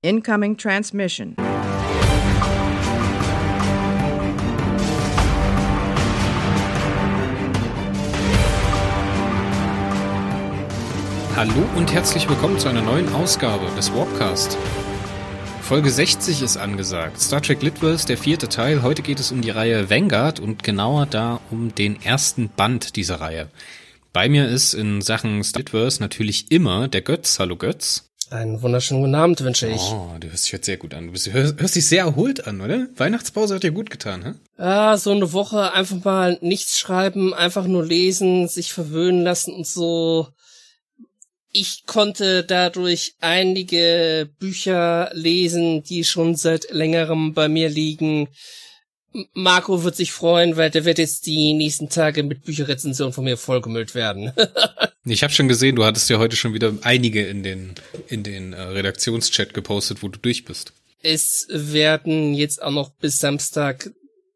Incoming transmission. Hallo und herzlich willkommen zu einer neuen Ausgabe des Warpcast. Folge 60 ist angesagt. Star Trek Litverse, der 4. Teil. Heute geht es um die Reihe Vanguard und genauer da um den ersten Band dieser Reihe. Bei mir ist in Sachen Star Trek Litverse natürlich immer der Götz. Hallo Götz. Einen wunderschönen guten Abend wünsche ich. Oh, du hörst dich jetzt sehr gut an. Du hörst dich sehr erholt an, oder? Weihnachtspause hat dir gut getan, hä? Ja, so eine Woche einfach mal nichts schreiben, einfach nur lesen, sich verwöhnen lassen und so. Ich konnte dadurch einige Bücher lesen, die schon seit längerem bei mir liegen. Marco wird sich freuen, weil der wird jetzt die nächsten Tage mit Bücherrezensionen von mir vollgemüllt werden. Ich habe schon gesehen, du hattest ja heute schon wieder einige in den Redaktionschat gepostet, wo du durch bist. Es werden jetzt auch noch bis Samstag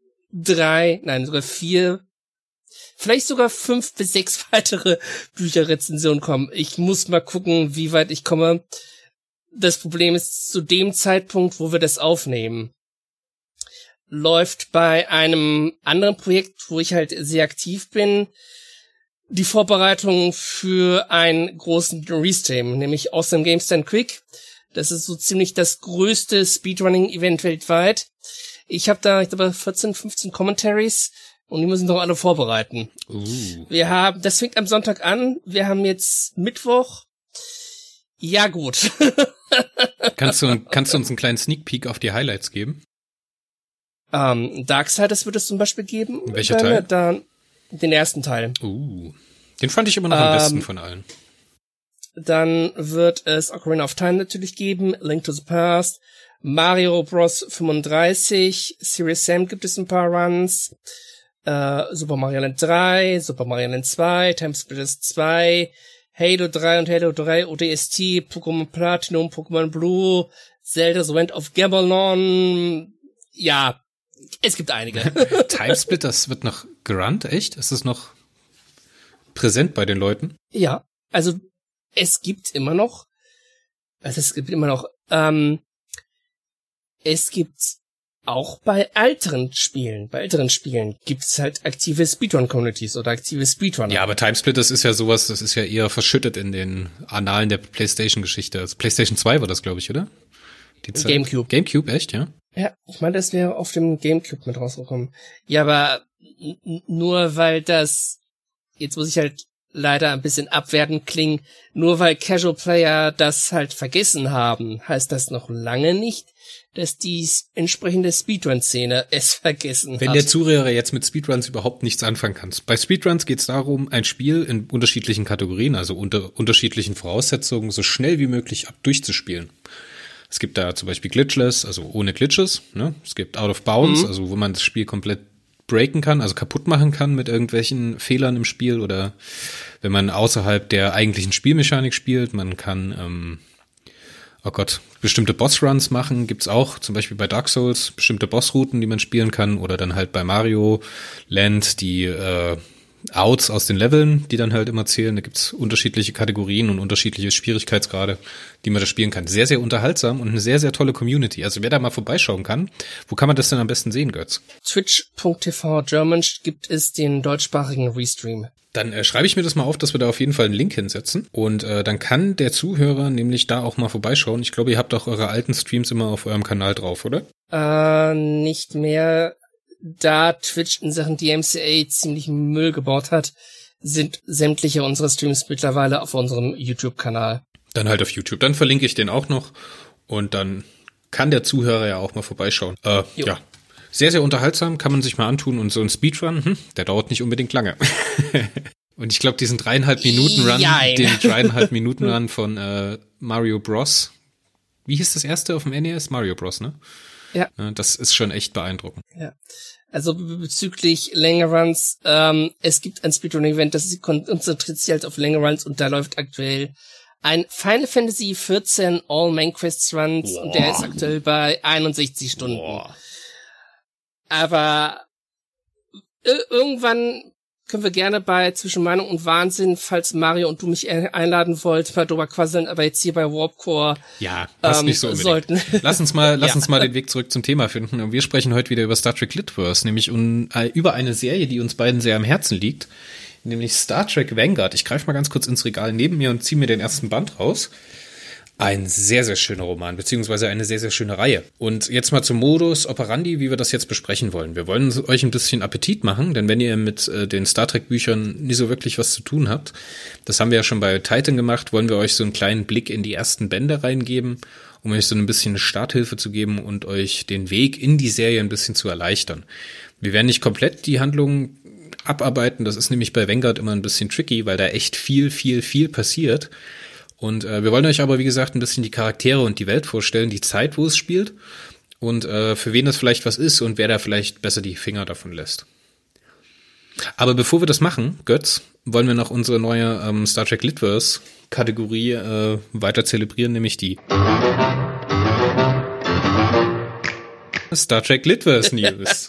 4, vielleicht sogar 5 bis 6 weitere Bücherrezensionen kommen. Ich muss mal gucken, wie weit ich komme. Das Problem ist, zu dem Zeitpunkt, wo wir das aufnehmen, läuft bei einem anderen Projekt, wo ich halt sehr aktiv bin, die Vorbereitung für einen großen Restream, nämlich Awesome Games Done Quick. Das ist so ziemlich das größte Speedrunning-Event weltweit. Ich habe da, ich glaube, 14, 15 Commentaries und die müssen doch alle vorbereiten. Das fängt am Sonntag an. Wir haben jetzt Mittwoch. Ja, gut. Kannst du uns einen kleinen Sneak Peek auf die Highlights geben? Darksiders wird es zum Beispiel geben. Welcher Teil? Dann den ersten Teil. Den fand ich immer noch am besten von allen. Dann wird es Ocarina of Time natürlich geben, Link to the Past, Mario Bros. 35, Serious Sam gibt es ein paar Runs, Super Mario Land 3, Super Mario Land 2, Time Splitters 2, Halo 3 und Halo 3 ODST, Pokémon Platinum, Pokémon Blue, Zelda The Wind of Gamelon. Ja, es gibt einige. Timesplitters wird noch gerannt, echt? Ist das noch präsent bei den Leuten? Ja, also es gibt auch bei älteren Spielen gibt es halt aktive Speedrun-Communities oder aktive Speedrunner. Ja, aber Timesplitters ist ja sowas, das ist ja eher verschüttet in den Annalen der PlayStation-Geschichte. Also PlayStation 2 war das, glaube ich, oder? Die Zeit. Gamecube, echt, ja? Ja, ich meine, das wäre auf dem Gamecube mit rausgekommen. Ja, aber nur weil das, jetzt muss ich halt leider ein bisschen abwertend klingen, nur weil Casual Player das halt vergessen haben, heißt das noch lange nicht, dass die entsprechende Speedrun-Szene es vergessen hat. Wenn der Zuhörer jetzt mit Speedruns überhaupt nichts anfangen kann. Bei Speedruns geht es darum, ein Spiel in unterschiedlichen Kategorien, also unter unterschiedlichen Voraussetzungen, so schnell wie möglich durchzuspielen. Es gibt da zum Beispiel Glitchless, also ohne Glitches, ne? Es gibt Out of Bounds, also wo man das Spiel komplett breaken kann, also kaputt machen kann mit irgendwelchen Fehlern im Spiel oder wenn man außerhalb der eigentlichen Spielmechanik spielt. Man kann, bestimmte Bossruns machen, gibt's auch, zum Beispiel bei Dark Souls, bestimmte Bossrouten, die man spielen kann oder dann halt bei Mario Land die Outs aus den Leveln, die dann halt immer zählen. Da gibt's unterschiedliche Kategorien und unterschiedliche Schwierigkeitsgrade, die man da spielen kann. Sehr, sehr unterhaltsam und eine sehr, sehr tolle Community. Also wer da mal vorbeischauen kann, wo kann man das denn am besten sehen, Götz? Twitch.tv German gibt es den deutschsprachigen Restream. Dann schreibe ich mir das mal auf, dass wir da auf jeden Fall einen Link hinsetzen. Und dann kann der Zuhörer nämlich da auch mal vorbeischauen. Ich glaube, ihr habt auch eure alten Streams immer auf eurem Kanal drauf, oder? Nicht mehr. Da Twitch in Sachen DMCA ziemlich Müll gebaut hat, sind sämtliche unserer Streams mittlerweile auf unserem YouTube-Kanal. Dann halt auf YouTube. Dann verlinke ich den auch noch und dann kann der Zuhörer ja auch mal vorbeischauen. Ja, sehr, sehr unterhaltsam, kann man sich mal antun und so ein Speedrun, der dauert nicht unbedingt lange. Und ich glaube, diesen 3,5 Minuten Run von Mario Bros. Wie hieß das erste auf dem NES? Mario Bros, ne? Ja. Das ist schon echt beeindruckend. Ja. Also bezüglich Länge Runs, es gibt ein Speedrun-Event, das konzentriert sich halt auf Länge Runs und da läuft aktuell ein Final Fantasy 14 All Main Quests Runs und der ist aktuell bei 61 Stunden. Aber irgendwann können wir gerne bei Zwischen Meinung und Wahnsinn, falls Mario und du mich einladen wollt, mal drüber quasseln, aber jetzt hier bei Warpcore. Ja, passt nicht so unbedingt. Lass uns mal den Weg zurück zum Thema finden. Und wir sprechen heute wieder über Star Trek Litverse, nämlich über eine Serie, die uns beiden sehr am Herzen liegt, nämlich Star Trek Vanguard. Ich greife mal ganz kurz ins Regal neben mir und ziehe mir den ersten Band raus. Ein sehr, sehr schöner Roman, beziehungsweise eine sehr, sehr schöne Reihe. Und jetzt mal zum Modus operandi, wie wir das jetzt besprechen wollen. Wir wollen euch ein bisschen Appetit machen, denn wenn ihr mit den Star Trek Büchern nie so wirklich was zu tun habt, das haben wir ja schon bei Titan gemacht, wollen wir euch so einen kleinen Blick in die ersten Bände reingeben, um euch so ein bisschen eine Starthilfe zu geben und euch den Weg in die Serie ein bisschen zu erleichtern. Wir werden nicht komplett die Handlung abarbeiten, das ist nämlich bei Vanguard immer ein bisschen tricky, weil da echt viel passiert. Und wir wollen euch aber, wie gesagt, ein bisschen die Charaktere und die Welt vorstellen, die Zeit, wo es spielt und für wen das vielleicht was ist und wer da vielleicht besser die Finger davon lässt. Aber bevor wir das machen, Götz, wollen wir noch unsere neue Star Trek Litverse-Kategorie weiter zelebrieren, nämlich die Star Trek Litverse News.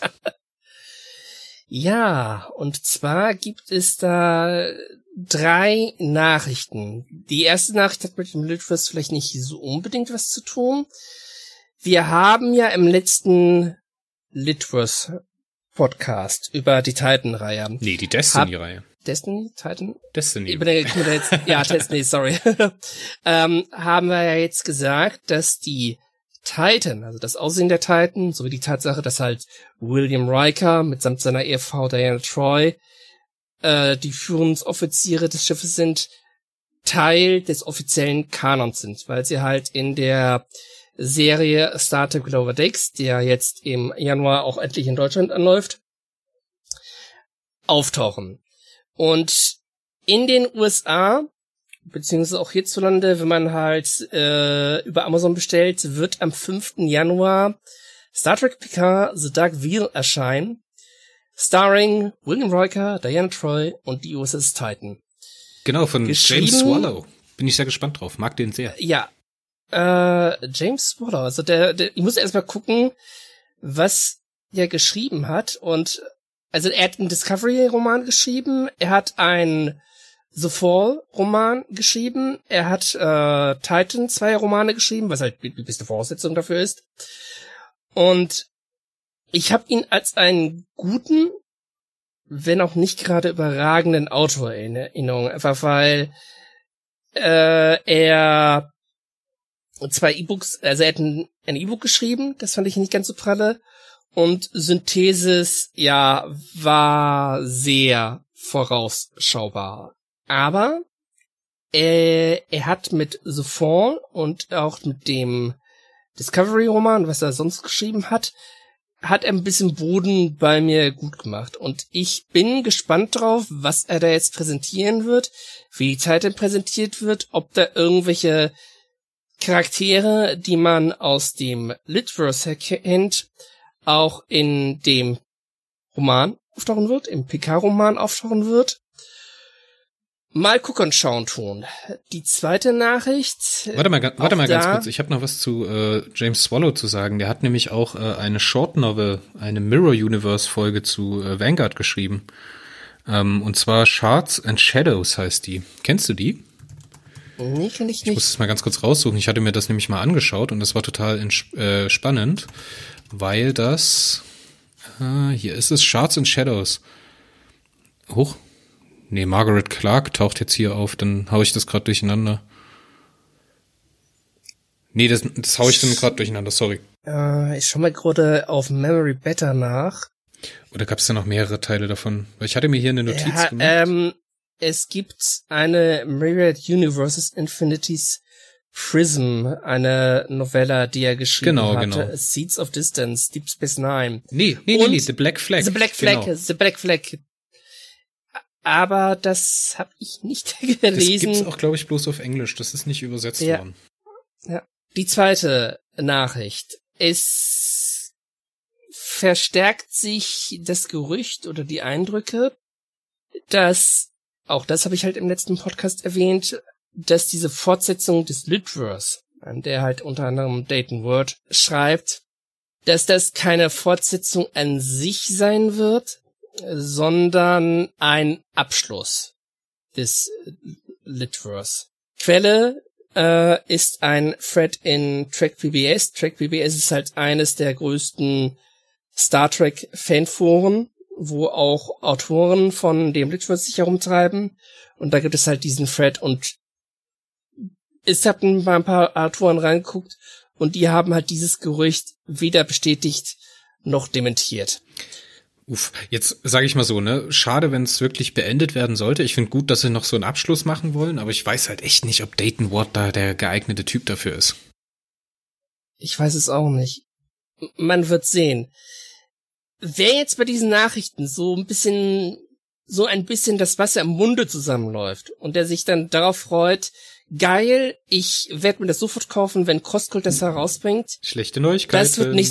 Ja, und zwar gibt es da 3 Nachrichten. Die erste Nachricht hat mit dem Litverse vielleicht nicht so unbedingt was zu tun. Wir haben ja im letzten Litverse-Podcast über die Titan-Reihe. Nee, die Destiny-Reihe. Destiny? Titan? Destiny. Ja, Destiny, sorry. Haben wir ja jetzt gesagt, dass die Titan, also das Aussehen der Titan, sowie die Tatsache, dass halt William Riker mitsamt seiner Ehefrau Diana Troy die Führungsoffiziere des Schiffes sind, Teil des offiziellen Kanons sind, weil sie halt in der Serie Star Trek Lower Decks, die ja jetzt im Januar auch endlich in Deutschland anläuft, auftauchen. Und in den USA, beziehungsweise auch hierzulande, wenn man halt über Amazon bestellt, wird am 5. Januar Star Trek Picard The Dark Wheel erscheinen, starring William Riker, Diana Troy und die USS Titan. Genau, von James Swallow. Bin ich sehr gespannt drauf. Mag den sehr. Ja. James Swallow. Also ich muss erst mal gucken, was er geschrieben hat. Und also er hat einen Discovery-Roman geschrieben. Er hat einen The Fall-Roman geschrieben. Er hat Titan 2 Romane geschrieben, was halt die beste Voraussetzung dafür ist. Und ich habe ihn als einen guten, wenn auch nicht gerade überragenden Autor in Erinnerung, einfach weil er 2 E-Books, also er hat ein E-Book geschrieben, das fand ich nicht ganz so pralle, und Synthesis, ja, war sehr vorausschaubar. Aber er hat mit The Fall und auch mit dem Discovery-Roman, was er sonst geschrieben hat er ein bisschen Boden bei mir gut gemacht. Und ich bin gespannt drauf, was er da jetzt präsentieren wird, wie die Zeit denn präsentiert wird, ob da irgendwelche Charaktere, die man aus dem Litverse kennt, auch in dem Roman auftauchen wird, im Picard-Roman auftauchen wird. Mal gucken und schauen tun. Die zweite Nachricht. Warte mal ganz kurz. Ich habe noch was zu James Swallow zu sagen. Der hat nämlich auch eine Short Novel, eine Mirror Universe Folge zu Vanguard geschrieben. Und zwar Shards and Shadows heißt die. Kennst du die? Nee, kenn ich nicht. Ich muss es mal ganz kurz raussuchen. Ich hatte mir das nämlich mal angeschaut und das war total spannend, weil das hier ist es, Shards and Shadows. Nee, Margaret Clark taucht jetzt hier auf, dann hau ich das gerade durcheinander. Nee, das hau ich dann gerade durcheinander, sorry. Ich schau mal gerade auf Memory Better nach. Oder gab es da noch mehrere Teile davon? Weil ich hatte mir hier eine Notiz gemacht. Es gibt eine Myriad Universes Infinities Prism, eine Novella, die er geschrieben hatte. Genau. Seeds of Distance, Deep Space Nine. Nee, The Black Flag. The Black Flag, genau. The Black Flag. Aber das habe ich nicht gelesen. Das gibt's auch, glaube ich, bloß auf Englisch. Das ist nicht übersetzt worden. Ja. Die zweite Nachricht. Es verstärkt sich das Gerücht oder die Eindrücke, dass, auch das habe ich halt im letzten Podcast erwähnt, dass diese Fortsetzung des Litverse, an der halt unter anderem Dayton Word schreibt, dass das keine Fortsetzung an sich sein wird, sondern ein Abschluss des Litverse. Quelle ist ein Thread in TrekBBS. TrekBBS ist halt eines der größten Star Trek Fanforen, wo auch Autoren von dem Litverse sich herumtreiben. Und da gibt es halt diesen Thread und ich habe mal ein paar Autoren reingeguckt und die haben halt dieses Gerücht weder bestätigt noch dementiert. Uff, jetzt sage ich mal so, ne, schade, wenn es wirklich beendet werden sollte. Ich finde gut, dass sie noch so einen Abschluss machen wollen, aber ich weiß halt echt nicht, ob Dayton Ward da der geeignete Typ dafür ist. Ich weiß es auch nicht. Man wird sehen. Wer jetzt bei diesen Nachrichten so ein bisschen das Wasser im Munde zusammenläuft und der sich dann darauf freut, geil, ich werde mir das sofort kaufen, wenn Crosscult das herausbringt. Schlechte Neuigkeiten. Das wird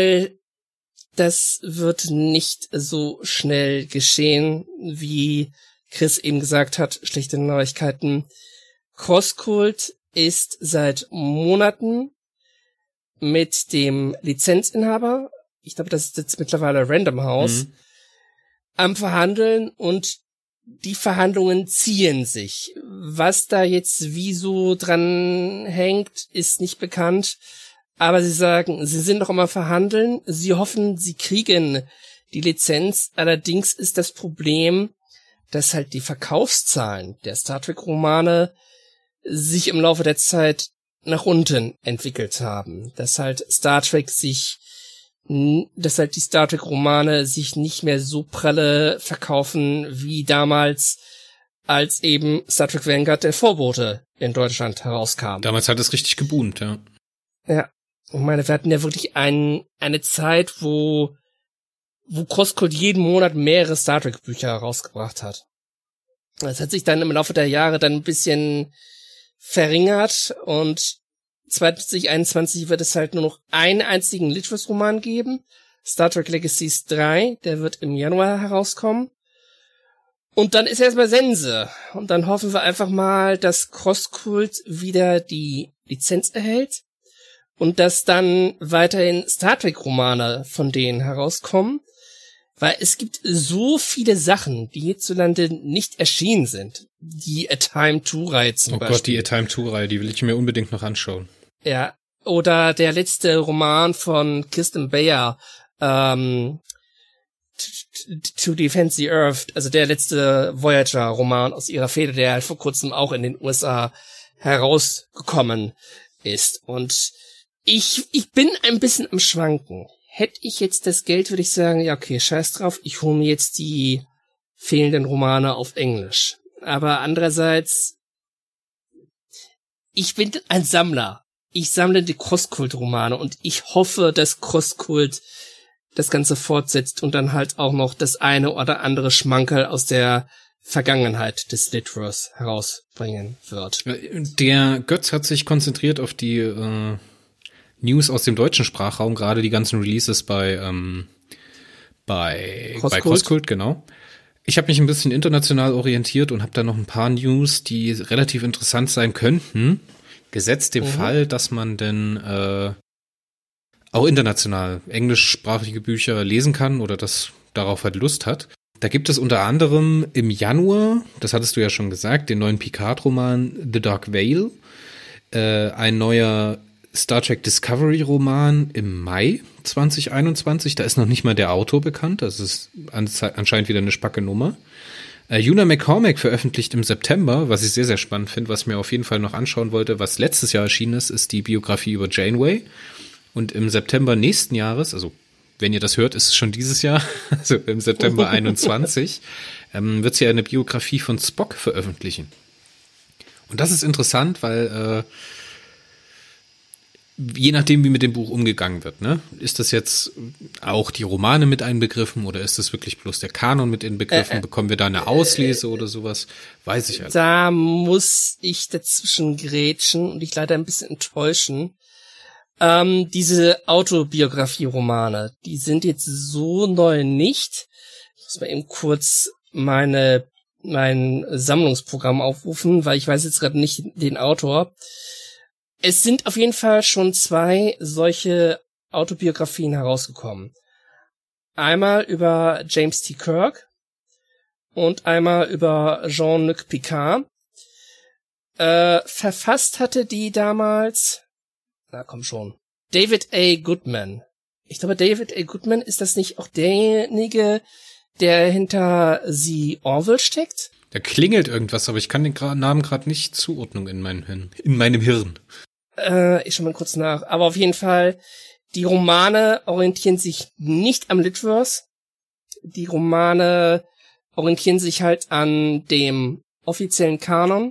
nicht so schnell geschehen, wie Chris eben gesagt hat. Schlechte Neuigkeiten. Crosscult ist seit Monaten mit dem Lizenzinhaber, ich glaube, das ist jetzt mittlerweile Random House, am Verhandeln und die Verhandlungen ziehen sich. Was da jetzt wie so dran hängt, ist nicht bekannt. Aber sie sagen, sie sind noch immer verhandeln. Sie hoffen, sie kriegen die Lizenz. Allerdings ist das Problem, dass halt die Verkaufszahlen der Star Trek Romane sich im Laufe der Zeit nach unten entwickelt haben. Dass halt die Star Trek Romane sich nicht mehr so pralle verkaufen wie damals, als eben Star Trek Vanguard der Vorbote in Deutschland herauskam. Damals hat es richtig geboomt, ja. Ja. Ich meine, wir hatten ja wirklich eine Zeit, wo Crosscult jeden Monat mehrere Star Trek Bücher herausgebracht hat. Das hat sich dann im Laufe der Jahre dann ein bisschen verringert und 2021 wird es halt nur noch einen einzigen Litverse-Roman geben. Star Trek Legacies 3, der wird im Januar herauskommen. Und dann ist erstmal Sense. Und dann hoffen wir einfach mal, dass Crosscult wieder die Lizenz erhält. Und dass dann weiterhin Star Trek-Romane von denen herauskommen. Weil es gibt so viele Sachen, die hierzulande nicht erschienen sind. Die A Time 2-Reihe zum Beispiel. Oh Gott, die A Time 2-Reihe, die will ich mir unbedingt noch anschauen. Ja, oder der letzte Roman von Kirsten Beyer, To Defend the Earth, also der letzte Voyager-Roman aus ihrer Feder, der halt vor kurzem auch in den USA herausgekommen ist. Und ich bin ein bisschen am Schwanken. Hätte ich jetzt das Geld, würde ich sagen, ja okay, scheiß drauf, ich hole mir jetzt die fehlenden Romane auf Englisch. Aber andererseits, ich bin ein Sammler. Ich sammle die Crosscult-Romane und ich hoffe, dass Crosscult das Ganze fortsetzt und dann halt auch noch das eine oder andere Schmankerl aus der Vergangenheit des Litverse herausbringen wird. Der Götz hat sich konzentriert auf die News aus dem deutschen Sprachraum, gerade die ganzen Releases bei Crosscult, genau. Ich habe mich ein bisschen international orientiert und habe da noch ein paar News, die relativ interessant sein könnten, gesetzt dem Fall, dass man denn auch international englischsprachige Bücher lesen kann oder das darauf halt Lust hat. Da gibt es unter anderem im Januar, das hattest du ja schon gesagt, den neuen Picard-Roman The Dark Veil, ein neuer Star Trek Discovery-Roman im Mai 2021. Da ist noch nicht mal der Autor bekannt. Das ist anscheinend wieder eine spacke Nummer. Una McCormack veröffentlicht im September, was ich sehr, sehr spannend finde, was ich mir auf jeden Fall noch anschauen wollte, was letztes Jahr erschienen ist die Biografie über Janeway. Und im September nächsten Jahres, also wenn ihr das hört, ist es schon dieses Jahr, also im September 21, wird sie eine Biografie von Spock veröffentlichen. Und das ist interessant, weil je nachdem, wie mit dem Buch umgegangen wird, ne? Ist das jetzt auch die Romane mit einbegriffen oder ist das wirklich bloß der Kanon mit inbegriffen? Bekommen wir da eine Auslese oder sowas? Weiß ich halt. Da muss ich dazwischen grätschen und dich leider ein bisschen enttäuschen. Diese Autobiografie-Romane, die sind jetzt so neu nicht. Ich muss mal eben kurz mein Sammlungsprogramm aufrufen, weil ich weiß jetzt gerade nicht den Autor. Es sind auf jeden Fall schon 2 solche Autobiografien herausgekommen. einmal über James T. Kirk und einmal über Jean-Luc Picard. Verfasst hatte die damals, na komm schon, David A. Goodman. Ich glaube, David A. Goodman, ist das nicht auch derjenige, der hinter The Orville steckt? Da klingelt irgendwas, aber ich kann den Namen gerade nicht zuordnen in meinem Hirn. Ich schau mal kurz nach. Aber auf jeden Fall, die Romane orientieren sich nicht am Litverse. Die Romane orientieren sich halt an dem offiziellen Kanon.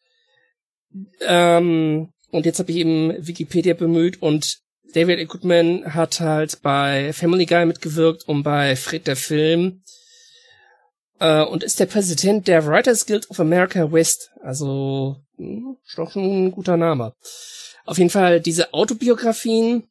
Und jetzt habe ich eben Wikipedia bemüht und David A. Goodman hat halt bei Family Guy mitgewirkt und bei Fred der Film und ist der Präsident der Writers Guild of America West. Also ist doch schon ein guter Name. Auf jeden Fall diese Autobiografien.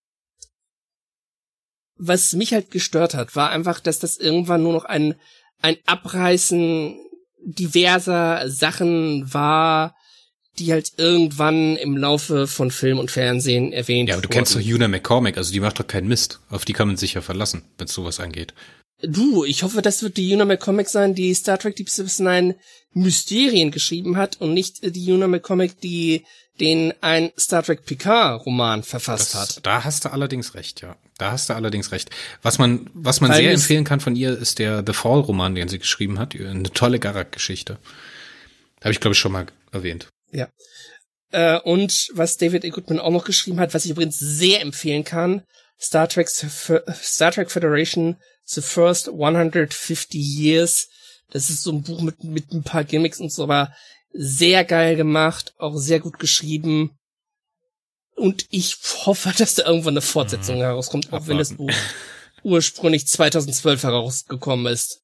Was mich halt gestört hat, war einfach, dass das irgendwann nur noch ein Abreißen diverser Sachen war, die halt irgendwann im Laufe von Film und Fernsehen erwähnt wurden. Ja, aber du kennst doch Una McCormack, also die macht doch keinen Mist. Auf die kann man sich ja verlassen, wenn es sowas angeht. Du, ich hoffe, das wird die Una McCormack sein, die Star Trek Deep Space Nine Mysterien geschrieben hat und nicht die Una McCormack, die den ein Star Trek Picard Roman verfasst hat. Da hast du allerdings recht, ja. Da hast du allerdings recht. Was man sehr empfehlen kann von ihr, ist der The Fall Roman, den sie geschrieben hat. Eine tolle Garak-Geschichte. Habe ich, glaube ich, schon mal erwähnt. Ja. Und was David A. Goodman auch noch geschrieben hat, was ich übrigens sehr empfehlen kann, Star Trek Federation, The First 150 Years. Das ist so ein Buch mit ein paar Gimmicks und so, aber sehr geil gemacht, auch sehr gut geschrieben. Und ich hoffe, dass da irgendwann eine Fortsetzung herauskommt, auch wenn das Buch ursprünglich 2012 herausgekommen ist.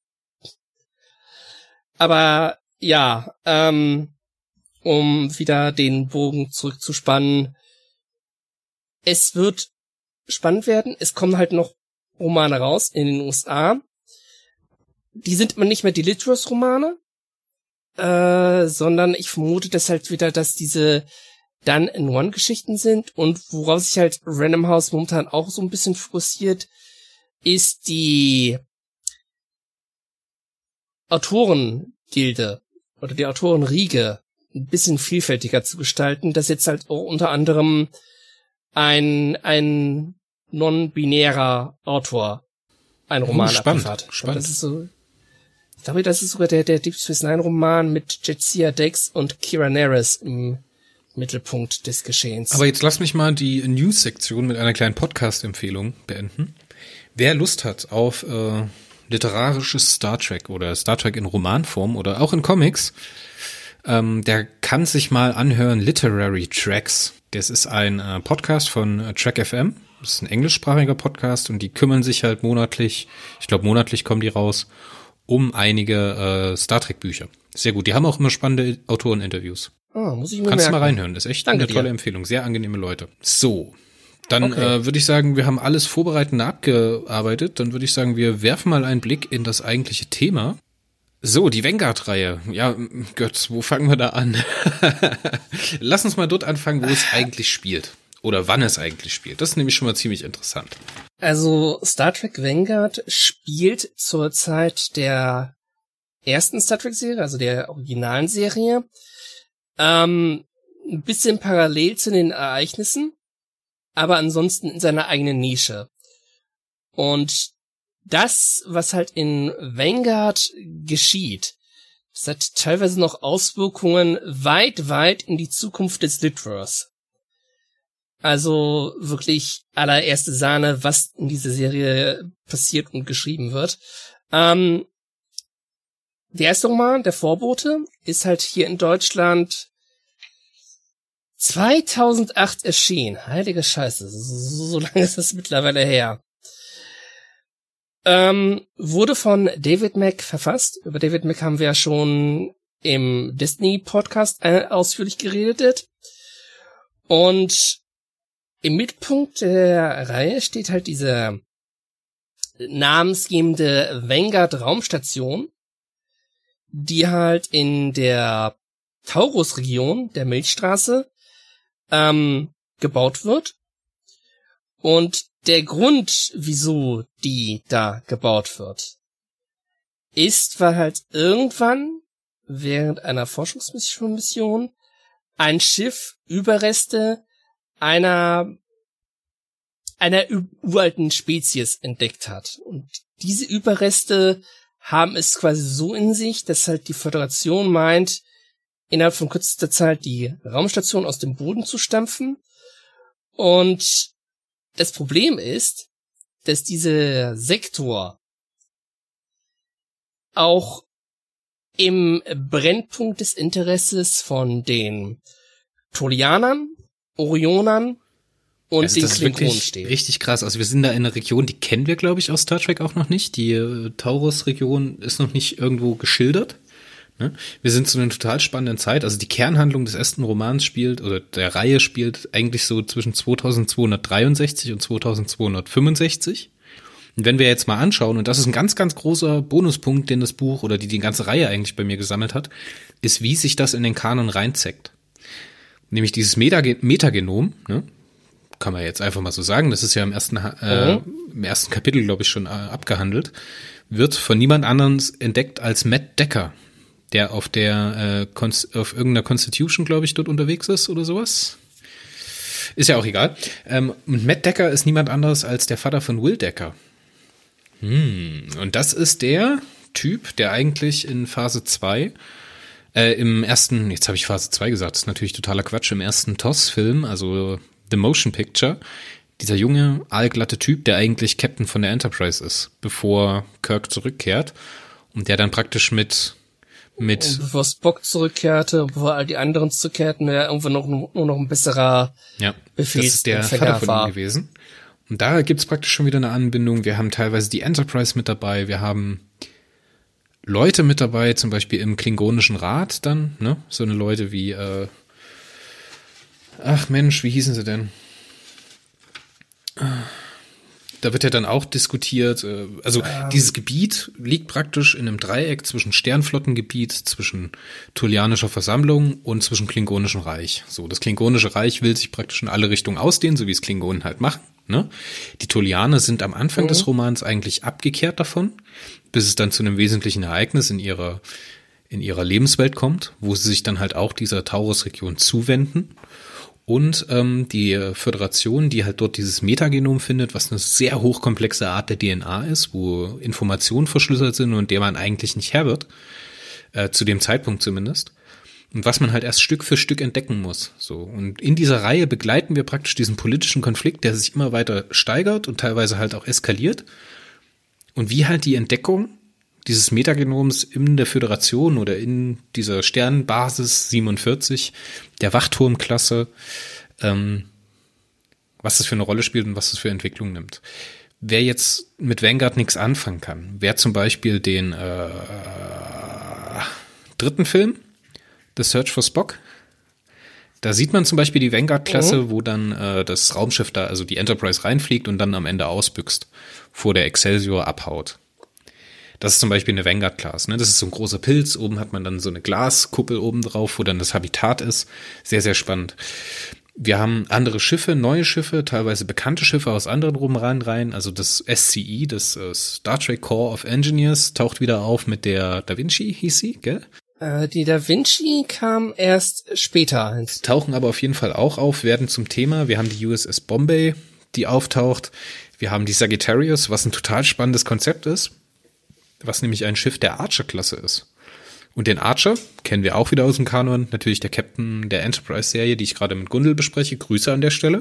Aber ja, um wieder den Bogen zurückzuspannen. Es wird spannend werden. Es kommen halt noch Romane raus in den USA. Die sind immer nicht mehr die Litverse-Romane, sondern ich vermute, dass halt wieder, dass diese Done-in-One-Geschichten sind. Und woraus sich halt Random House momentan auch so ein bisschen fokussiert, ist die Autorengilde oder die Autorenriege ein bisschen vielfältiger zu gestalten, dass jetzt halt auch unter anderem ein non-binärer Autor einen Roman abliefert. Spannend. Ich glaube, das ist sogar der Deep Space Nine Roman mit Jadzia Dex und Kira Nerys im Mittelpunkt des Geschehens. Aber jetzt lass mich mal die News-Sektion mit einer kleinen Podcast-Empfehlung beenden. Wer Lust hat auf literarisches Star Trek oder Star Trek in Romanform oder auch in Comics, der kann sich mal anhören Literary Tracks. Das ist ein Podcast von Track FM. Das ist ein englischsprachiger Podcast und die kümmern sich halt monatlich, ich glaube monatlich kommen die raus, um einige Star Trek Bücher. Sehr gut. Die haben auch immer spannende Autoreninterviews. Muss ich mir Kannst merken. du mal reinhören. Das ist echt eine tolle Empfehlung. Sehr angenehme Leute. So. Dann würde ich sagen, wir haben alles Vorbereitende abgearbeitet. Dann würde ich sagen, wir werfen mal einen Blick in das eigentliche Thema. So, die Vanguard-Reihe. Ja, Götz, wo fangen wir da an? Lass uns mal dort anfangen, wo es eigentlich spielt. Oder wann es eigentlich spielt. Das ist nämlich schon mal ziemlich interessant. Also, Star Trek Vanguard spielt zur Zeit der ersten Star Trek-Serie, also der originalen Serie, ein bisschen parallel zu den Ereignissen, aber ansonsten in seiner eigenen Nische. Und das, was halt in Vanguard geschieht, das hat teilweise noch Auswirkungen weit, weit in die Zukunft des Litverse. Also wirklich allererste Sahne, was in dieser Serie passiert und geschrieben wird. Der erste Roman, Der Vorbote, ist halt hier in Deutschland 2008 erschienen. Heilige Scheiße, so lange ist das mittlerweile her. Wurde von David Mack verfasst. Über David Mack haben wir ja schon im Destiny-Podcast ausführlich geredet. Und im Mittelpunkt der Reihe steht halt diese namensgebende Vanguard-Raumstation, die halt in der Taurus-Region der Milchstraße gebaut wird. Und der Grund, wieso die da gebaut wird, ist, weil halt irgendwann während einer Forschungsmission ein Schiff Überreste einer uralten Spezies entdeckt hat. Und diese Überreste haben es quasi so in sich, dass halt die Föderation meint, innerhalb von kürzester Zeit die Raumstation aus dem Boden zu stampfen. Und das Problem ist, dass dieser Sektor auch im Brennpunkt des Interesses von den Tolianern, Orionern und also den Klingonen steht. Richtig krass. Also wir sind da in einer Region, die kennen wir, glaube ich, aus Star Trek auch noch nicht. Die Taurus-Region ist noch nicht irgendwo geschildert. Ne? Wir sind zu einer total spannenden Zeit. Also die Kernhandlung des ersten Romans spielt, oder der Reihe spielt eigentlich so zwischen 2263 und 2265. Und wenn wir jetzt mal anschauen, und das ist ein ganz, ganz großer Bonuspunkt, den das Buch oder die ganze Reihe eigentlich bei mir gesammelt hat, ist, wie sich das in den Kanon reinzeckt. Nämlich dieses Metagenom, ne? Kann man jetzt einfach mal so sagen, das ist ja im ersten Kapitel, glaube ich, schon abgehandelt, wird von niemand anderem entdeckt als Matt Decker, der auf irgendeiner Constitution, glaube ich, dort unterwegs ist oder sowas. Ist ja auch egal. Und Matt Decker ist niemand anderes als der Vater von Will Decker. Und das ist der Typ, der eigentlich in Phase 2 im ersten, jetzt habe ich Phase 2 gesagt, das ist natürlich totaler Quatsch, im ersten TOS-Film, also The Motion Picture, dieser junge, aalglatte Typ, der eigentlich Captain von der Enterprise ist, bevor Kirk zurückkehrt und der dann praktisch mit und bevor Spock zurückkehrte, und bevor all die anderen zurückkehrten, wäre irgendwann nur noch ein besserer Befehlsempfänger. Das ist der Vater von ihm gewesen. Und da gibt's praktisch schon wieder eine Anbindung. Wir haben teilweise die Enterprise mit dabei, wir haben Leute mit dabei, zum Beispiel im Klingonischen Rat dann, ne? So eine Leute wie, ach Mensch, wie hießen sie denn? Da wird ja dann auch diskutiert, also dieses Gebiet liegt praktisch in einem Dreieck zwischen Sternflottengebiet, zwischen Tolianischer Versammlung und zwischen Klingonischem Reich. So, das Klingonische Reich will sich praktisch in alle Richtungen ausdehnen, so wie es Klingonen halt machen. Ne? Die Tolianer sind am Anfang des Romans eigentlich abgekehrt davon, bis es dann zu einem wesentlichen Ereignis in ihrer Lebenswelt kommt, wo sie sich dann halt auch dieser Taurus-Region zuwenden. Und die Föderation, die halt dort dieses Metagenom findet, was eine sehr hochkomplexe Art der DNA ist, wo Informationen verschlüsselt sind und der man eigentlich nicht Herr wird, zu dem Zeitpunkt zumindest. Und was man halt erst Stück für Stück entdecken muss. So. Und in dieser Reihe begleiten wir praktisch diesen politischen Konflikt, der sich immer weiter steigert und teilweise halt auch eskaliert. Und wie halt die Entdeckung dieses Metagenoms in der Föderation oder in dieser Sternenbasis 47, der Wachturmklasse, was das für eine Rolle spielt und was das für Entwicklung nimmt. Wer jetzt mit Vanguard nichts anfangen kann, wer zum Beispiel den dritten Film, The Search for Spock, da sieht man zum Beispiel die Vanguard-Klasse, wo dann das Raumschiff da, also die Enterprise reinfliegt und dann am Ende ausbüchst, vor der Excelsior abhaut. Das ist zum Beispiel eine Vanguard-Class, ne? Das ist so ein großer Pilz. Oben hat man dann so eine Glaskuppel oben drauf, wo dann das Habitat ist. Sehr, sehr spannend. Wir haben andere Schiffe, neue Schiffe, teilweise bekannte Schiffe aus anderen Romanreihen. Also das SCE, das Star Trek Corps of Engineers, taucht wieder auf mit der Da Vinci, hieß sie, gell? Die Da Vinci kam erst später. Tauchen aber auf jeden Fall auch auf, werden zum Thema. Wir haben die USS Bombay, die auftaucht. Wir haben die Sagittarius, was ein total spannendes Konzept ist. Was nämlich ein Schiff der Archer-Klasse ist. Und den Archer kennen wir auch wieder aus dem Kanon. Natürlich der Captain der Enterprise-Serie, die ich gerade mit Gundel bespreche. Grüße an der Stelle.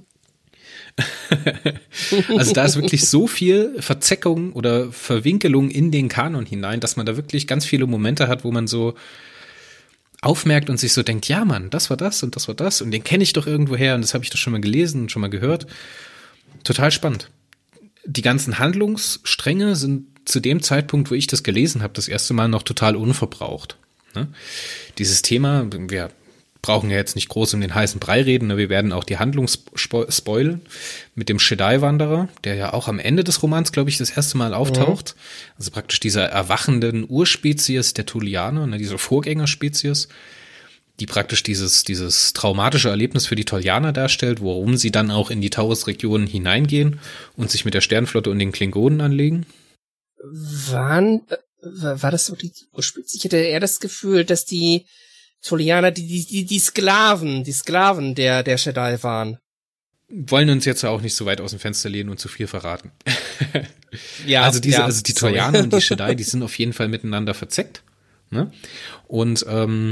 Also da ist wirklich so viel Verzeckung oder Verwinkelung in den Kanon hinein, dass man da wirklich ganz viele Momente hat, wo man so aufmerkt und sich so denkt, ja Mann, das war das und das war das und den kenne ich doch irgendwo her und das habe ich doch schon mal gelesen und schon mal gehört. Total spannend. Die ganzen Handlungsstränge sind zu dem Zeitpunkt, wo ich das gelesen habe, das erste Mal noch total unverbraucht. Ne? Dieses Thema, wir brauchen ja jetzt nicht groß um den heißen Brei reden, wir werden auch die Handlung spoilen mit dem Jedi-Wanderer, der ja auch am Ende des Romans, glaube ich, das erste Mal auftaucht. Also praktisch dieser erwachenden Urspezies der Tolianer, ne, dieser Vorgängerspezies, die praktisch dieses traumatische Erlebnis für die Tolianer darstellt, warum sie dann auch in die Taurus-Region hineingehen und sich mit der Sternflotte und den Klingonen anlegen. War das so die Urspitze? Ich hatte eher das Gefühl, dass die Tolianer die Sklaven der Jedi waren. Wollen uns jetzt auch nicht so weit aus dem Fenster lehnen und zu viel verraten. Ja, also die Tolianer und die Jedi, die sind auf jeden Fall miteinander verzeckt. Ne? Und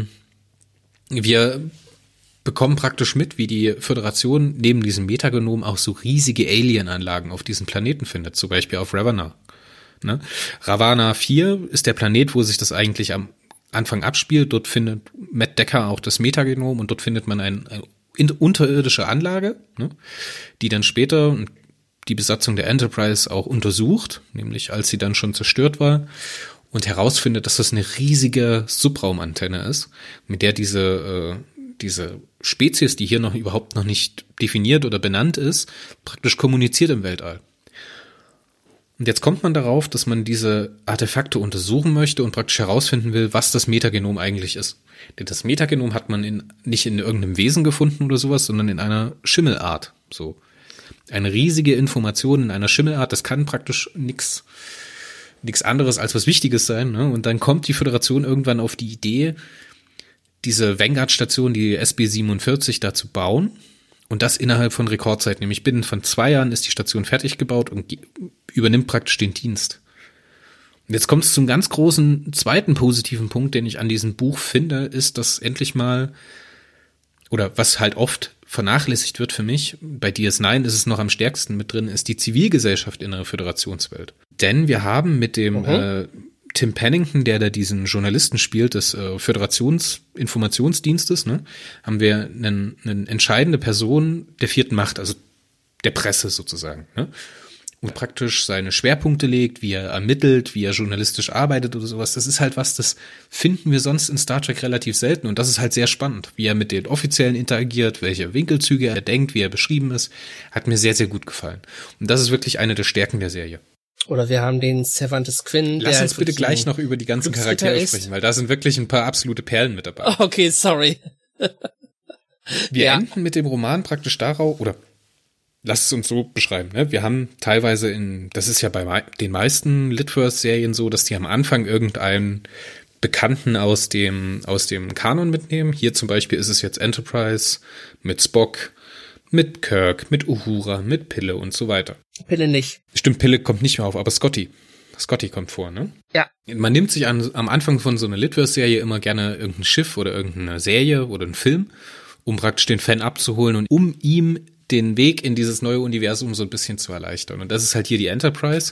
wir bekommen praktisch mit, wie die Föderation neben diesem Metagenom auch so riesige Alien-Anlagen auf diesem Planeten findet, zum Beispiel auf Ravana. Ne? Ravana 4 ist der Planet, wo sich das eigentlich am Anfang abspielt. Dort findet Matt Decker auch das Metagenom und dort findet man eine unterirdische Anlage, ne? Die dann später die Besatzung der Enterprise auch untersucht, nämlich als sie dann schon zerstört war und herausfindet, dass das eine riesige Subraumantenne ist, mit der diese Spezies, die hier überhaupt noch nicht definiert oder benannt ist, praktisch kommuniziert im Weltall. Und jetzt kommt man darauf, dass man diese Artefakte untersuchen möchte und praktisch herausfinden will, was das Metagenom eigentlich ist. Denn das Metagenom hat man nicht in irgendeinem Wesen gefunden oder sowas, sondern in einer Schimmelart. So eine riesige Information in einer Schimmelart, das kann praktisch nichts anderes als was Wichtiges sein. Ne? Und dann kommt die Föderation irgendwann auf die Idee, diese Vanguard-Station, die SB-47, da zu bauen. Und das innerhalb von Rekordzeit, nämlich binnen von 2 Jahren ist die Station fertig gebaut und übernimmt praktisch den Dienst. Und jetzt kommt es zum ganz großen zweiten positiven Punkt, den ich an diesem Buch finde, ist, dass endlich mal, oder was halt oft vernachlässigt wird für mich, bei DS9 ist es noch am stärksten mit drin, ist die Zivilgesellschaft in der Föderationswelt. Denn wir haben mit dem Tim Pennington, der da diesen Journalisten spielt, des Föderationsinformationsdienstes, ne, haben wir eine entscheidende Person der 4. Macht, also der Presse sozusagen, ne, und praktisch seine Schwerpunkte legt, wie er ermittelt, wie er journalistisch arbeitet oder sowas. Das ist halt was, das finden wir sonst in Star Trek relativ selten und das ist halt sehr spannend, wie er mit den Offiziellen interagiert, welche Winkelzüge er denkt, wie er beschrieben ist, hat mir sehr, sehr gut gefallen. Und das ist wirklich eine der Stärken der Serie. Oder wir haben den Cervantes Quinn. Lass uns bitte gleich noch über die ganzen Charaktere sprechen, weil da sind wirklich ein paar absolute Perlen mit dabei. Okay, sorry. Wir enden mit dem Roman praktisch darauf, oder lass es uns so beschreiben, ne? Wir haben teilweise das ist ja bei den meisten Litverse-Serien so, dass die am Anfang irgendeinen Bekannten aus dem Kanon mitnehmen. Hier zum Beispiel ist es jetzt Enterprise mit Spock, mit Kirk, mit Uhura, mit Pille und so weiter. Pille nicht. Stimmt, Pille kommt nicht mehr auf, aber Scotty kommt vor, ne? Ja. Man nimmt sich am Anfang von so einer Litverse-Serie immer gerne irgendein Schiff oder irgendeine Serie oder einen Film, um praktisch den Fan abzuholen und um ihm den Weg in dieses neue Universum so ein bisschen zu erleichtern. Und das ist halt hier die Enterprise.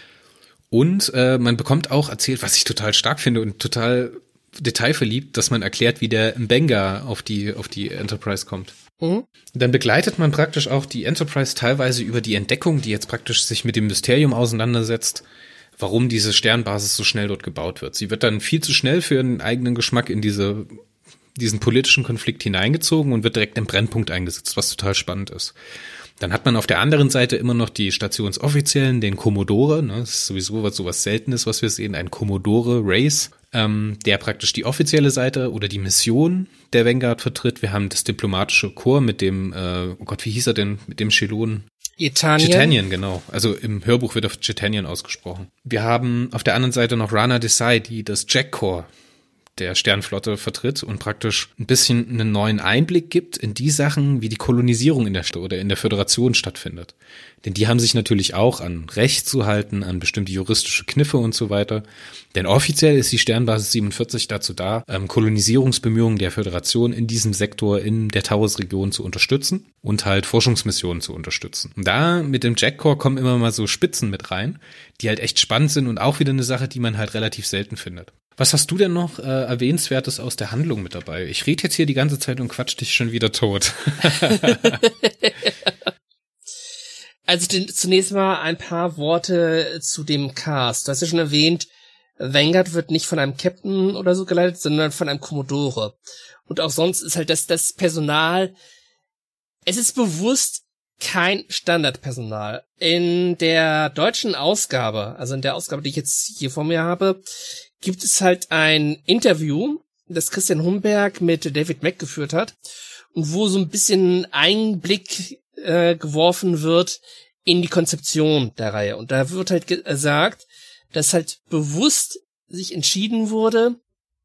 Und man bekommt auch erzählt, was ich total stark finde und total detailverliebt, dass man erklärt, wie der Mbenga auf die Enterprise kommt. Mhm. Dann begleitet man praktisch auch die Enterprise teilweise über die Entdeckung, die jetzt praktisch sich mit dem Mysterium auseinandersetzt, warum diese Sternbasis so schnell dort gebaut wird. Sie wird dann viel zu schnell für ihren eigenen Geschmack in diesen politischen Konflikt hineingezogen und wird direkt im Brennpunkt eingesetzt, was total spannend ist. Dann hat man auf der anderen Seite immer noch die Stationsoffiziellen, den Commodore, ne, das ist sowieso sowas Seltenes, was wir sehen, ein Commodore Race, der praktisch die offizielle Seite oder die Mission der Vanguard vertritt. Wir haben das diplomatische Korps mit dem, oh Gott, wie hieß er denn, mit dem Chelon? Chitanian, genau. Also im Hörbuch wird auf Chitanian ausgesprochen. Wir haben auf der anderen Seite noch Rana Desai, die das Jack Corps der Sternflotte vertritt und praktisch ein bisschen einen neuen Einblick gibt in die Sachen, wie die Kolonisierung in der Föderation stattfindet. Denn die haben sich natürlich auch an Recht zu halten, an bestimmte juristische Kniffe und so weiter. Denn offiziell ist die Sternbasis 47 dazu da, Kolonisierungsbemühungen der Föderation in diesem Sektor in der Taurus-Region zu unterstützen und halt Forschungsmissionen zu unterstützen. Und da mit dem Jack Corps kommen immer mal so Spitzen mit rein, die halt echt spannend sind und auch wieder eine Sache, die man halt relativ selten findet. Was hast du denn noch Erwähnenswertes aus der Handlung mit dabei? Ich rede jetzt hier die ganze Zeit und quatsch dich schon wieder tot. Also zunächst mal ein paar Worte zu dem Cast. Du hast ja schon erwähnt, Vanguard wird nicht von einem Captain oder so geleitet, sondern von einem Commodore. Und auch sonst ist halt das Personal, es ist bewusst kein Standardpersonal. In der deutschen Ausgabe, also in der Ausgabe, die ich jetzt hier vor mir habe, gibt es halt ein Interview das Christian Humberg mit David Mack geführt hat und wo so ein bisschen Einblick geworfen wird in die Konzeption der Reihe. Und da wird halt gesagt, dass halt bewusst sich entschieden wurde,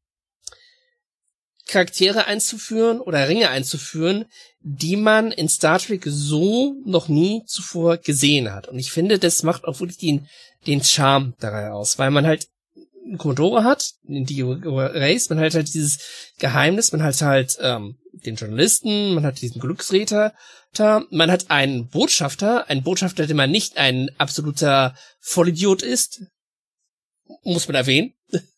Charaktere einzuführen oder Ringe einzuführen, die man in Star Trek so noch nie zuvor gesehen hat. Und ich finde, das macht auch wirklich den Charme der Reihe aus, weil man halt einen Commodore hat, die Race, man hat halt dieses Geheimnis, man hat halt den Journalisten, man hat diesen Glücksräter, man hat einen Botschafter, der man nicht ein absoluter Vollidiot ist, muss man erwähnen.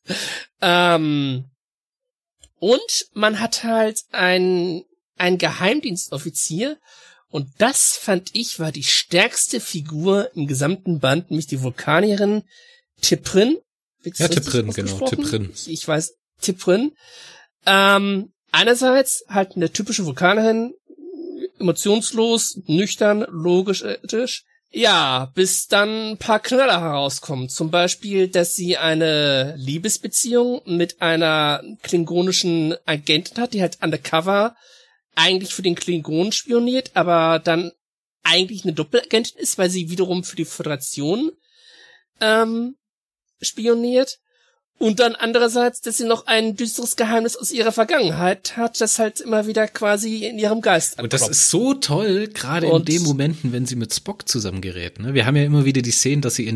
Und man hat halt einen Geheimdienstoffizier, und das fand ich war die stärkste Figur im gesamten Band, nämlich die Vulkanierin T'Pring. Ja, T'Pring, genau, T'Pring. Ich weiß, T'Pring. Einerseits halt eine typische Vulkanierin, emotionslos, nüchtern, logisch, ethisch. Ja, bis dann ein paar Knaller herauskommen. Zum Beispiel, dass sie eine Liebesbeziehung mit einer klingonischen Agentin hat, die halt undercover eigentlich für den Klingonen spioniert, aber dann eigentlich eine Doppelagentin ist, weil sie wiederum für die Föderation spioniert. Und dann andererseits, dass sie noch ein düsteres Geheimnis aus ihrer Vergangenheit hat, das halt immer wieder quasi in ihrem Geist anklopft. Und das ist so toll, gerade in den Momenten, wenn sie mit Spock zusammengerät. Ne? Wir haben ja immer wieder die Szenen, dass sie in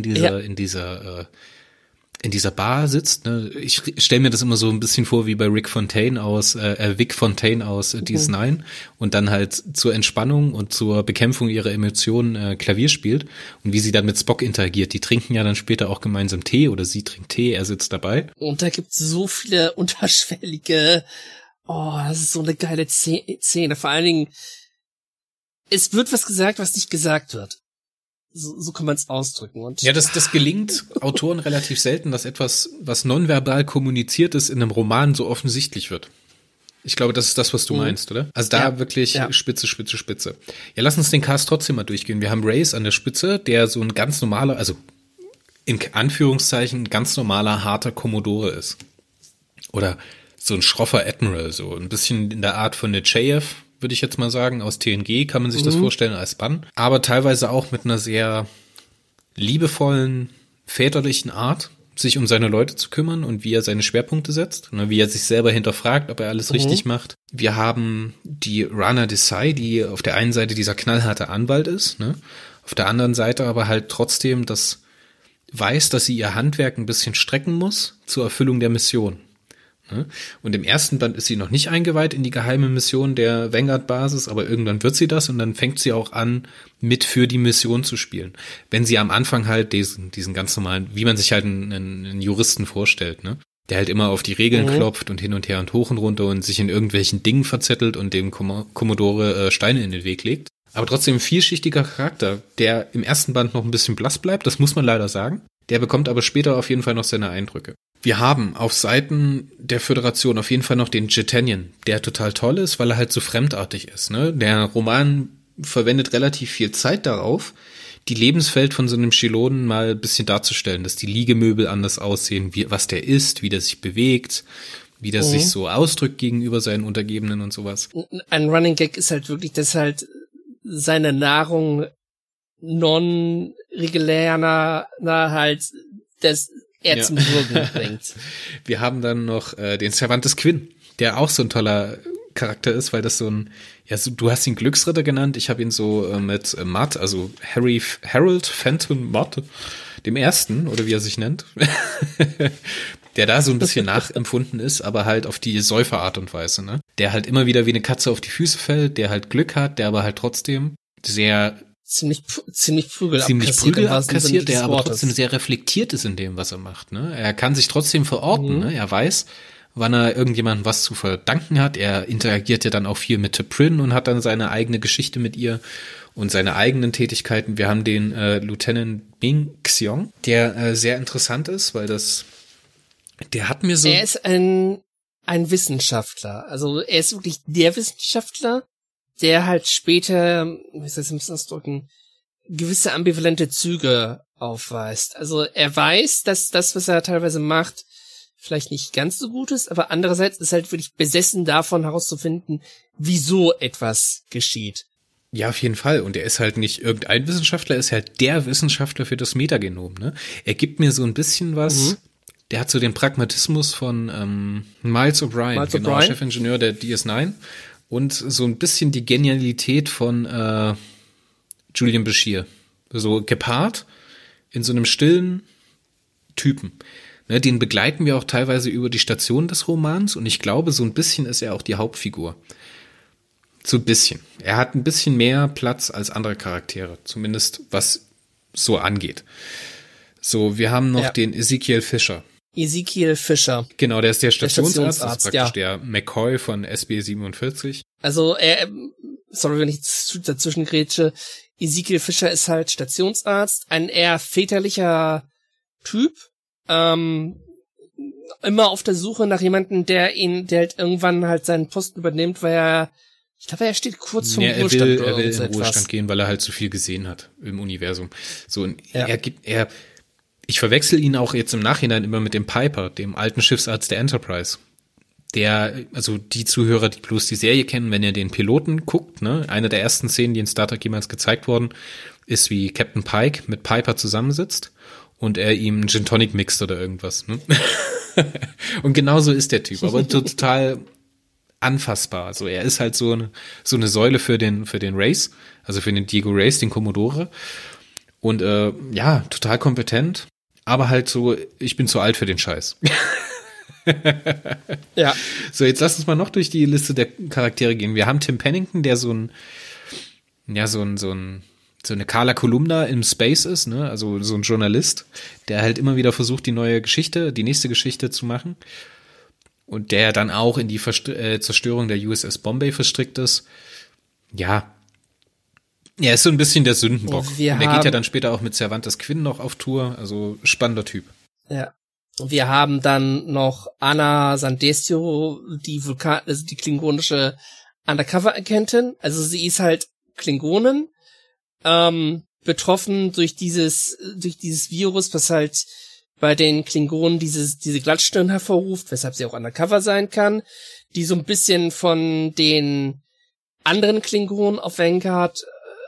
dieser Bar sitzt. Ne? Ich stelle mir das immer so ein bisschen vor wie bei Vic Fontaine aus DS9 und dann halt zur Entspannung und zur Bekämpfung ihrer Emotionen Klavier spielt und wie sie dann mit Spock interagiert. Die trinken ja dann später auch gemeinsam Tee oder sie trinkt Tee, er sitzt dabei. Und da gibt's so viele unterschwellige, das ist so eine geile Szene. Vor allen Dingen, es wird was gesagt, was nicht gesagt wird. So kann man es ausdrücken. Und ja, das gelingt Autoren relativ selten, dass etwas, was nonverbal kommuniziert ist, in einem Roman so offensichtlich wird. Ich glaube, das ist das, was du meinst, oder? Also da wirklich Spitze. Ja, lass uns den Cast trotzdem mal durchgehen. Wir haben Race an der Spitze, der so ein ganz normaler, also in Anführungszeichen ganz normaler, harter Commodore ist. Oder so ein schroffer Admiral, so ein bisschen in der Art von Nechayev, würde ich jetzt mal sagen. Aus TNG kann man sich das vorstellen als Bann. Aber teilweise auch mit einer sehr liebevollen, väterlichen Art, sich um seine Leute zu kümmern und wie er seine Schwerpunkte setzt. Und wie er sich selber hinterfragt, ob er alles richtig macht. Wir haben die Rana Desai, die auf der einen Seite dieser knallharte Anwalt ist, ne? Auf der anderen Seite aber halt trotzdem das weiß, dass sie ihr Handwerk ein bisschen strecken muss zur Erfüllung der Mission. Und im ersten Band ist sie noch nicht eingeweiht in die geheime Mission der Vanguard-Basis, aber irgendwann wird sie das und dann fängt sie auch an, mit für die Mission zu spielen. Wenn sie am Anfang halt diesen ganz normalen, wie man sich halt einen Juristen vorstellt, ne? Der halt immer auf die Regeln klopft und hin und her und hoch und runter und sich in irgendwelchen Dingen verzettelt und dem Commodore Steine in den Weg legt. Aber trotzdem ein vielschichtiger Charakter, der im ersten Band noch ein bisschen blass bleibt, das muss man leider sagen. Der bekommt aber später auf jeden Fall noch seine Eindrücke. Wir haben auf Seiten der Föderation auf jeden Fall noch den Jetanian, der total toll ist, weil er halt so fremdartig ist. Ne? Der Roman verwendet relativ viel Zeit darauf, die Lebenswelt von so einem Chilonen mal ein bisschen darzustellen, dass die Liegemöbel anders aussehen, was der isst, wie der sich bewegt, wie der sich so ausdrückt gegenüber seinen Untergebenen und sowas. Ein Running Gag ist halt wirklich, dass halt seine Nahrung non-regulär halt das er zum Wirken bringt. Wir haben dann noch den Cervantes Quinn, der auch so ein toller Charakter ist, weil das so ein, ja, so, du hast ihn Glücksritter genannt, ich habe ihn so mit Mudd, also Harold Fenton Mudd, dem Ersten, oder wie er sich nennt, der da so ein bisschen nachempfunden ist, aber halt auf die Säuferart und Weise, ne? Der halt immer wieder wie eine Katze auf die Füße fällt, der halt Glück hat, der aber halt trotzdem sehr ziemlich Prügel abkassiert, der aber trotzdem sehr reflektiert ist in dem, was er macht. Ne? Er kann sich trotzdem verorten. Ne? Er weiß, wann er irgendjemandem was zu verdanken hat. Er interagiert ja dann auch viel mit T'Pring und hat dann seine eigene Geschichte mit ihr und seine eigenen Tätigkeiten. Wir haben den Lieutenant Ming Xiong, der sehr interessant ist, weil der hat mir so... Er ist ein Wissenschaftler. Also er ist wirklich der Wissenschaftler, der halt später, wie soll ich das ausdrücken, gewisse ambivalente Züge aufweist. Also er weiß, dass das, was er teilweise macht, vielleicht nicht ganz so gut ist, aber andererseits ist halt wirklich besessen davon herauszufinden, wieso etwas geschieht. Ja, auf jeden Fall. Und er ist halt nicht irgendein Wissenschaftler, er ist halt der Wissenschaftler für das Metagenom, ne? Er gibt mir so ein bisschen was, der hat so den Pragmatismus von Miles O'Brien, genau, Chefingenieur der DS9, und so ein bisschen die Genialität von Julian Bashir. So gepaart in so einem stillen Typen. Ne, den begleiten wir auch teilweise über die Station des Romans und ich glaube, so ein bisschen ist er auch die Hauptfigur. So ein bisschen. Er hat ein bisschen mehr Platz als andere Charaktere, zumindest was so angeht. So, wir haben noch den Ezekiel Fisher. Ezekiel Fisher. Genau, der ist der Stationsarzt, das ist praktisch der McCoy von SB 47. Also sorry, wenn ich dazwischen grätsche, Ezekiel Fisher ist halt Stationsarzt, ein eher väterlicher Typ, immer auf der Suche nach jemandem, der halt irgendwann halt seinen Posten übernimmt, weil ich glaube, er steht kurz vom Ruhestand. Er will in Ruhestand gehen, weil er halt zu viel gesehen hat im Universum. So, und ich verwechsel ihn auch jetzt im Nachhinein immer mit dem Piper, dem alten Schiffsarzt der Enterprise. Also die Zuhörer, die bloß die Serie kennen, wenn ihr den Piloten guckt, ne, eine der ersten Szenen, die in Star Trek jemals gezeigt worden, ist, wie Captain Pike mit Piper zusammensitzt und er ihm einen Gin Tonic mixt oder irgendwas, ne? Und genauso ist der Typ, aber total anfassbar. Also er ist halt so eine Säule für den Race, also für den Diego Race, den Commodore. Und total kompetent, aber halt so, ich bin zu alt für den Scheiß. Ja. So, jetzt lass uns mal noch durch die Liste der Charaktere gehen. Wir haben Tim Pennington, der so eine Carla Kolumna im Space ist, ne? Also so ein Journalist, der halt immer wieder versucht, die nächste Geschichte zu machen. Und der dann auch in die Zerstörung der USS Bombay verstrickt ist. Ja. Er ist so ein bisschen der Sündenbock. Und der geht ja dann später auch mit Cervantes Quinn noch auf Tour. Also spannender Typ. Ja. Wir haben dann noch Anna Sandestio, die klingonische Undercover-Agentin. Also sie ist halt Klingonin, betroffen durch dieses Virus, was halt bei den Klingonen diese Glattstirn hervorruft, weshalb sie auch undercover sein kann, die so ein bisschen von den anderen Klingonen auf Vanguard,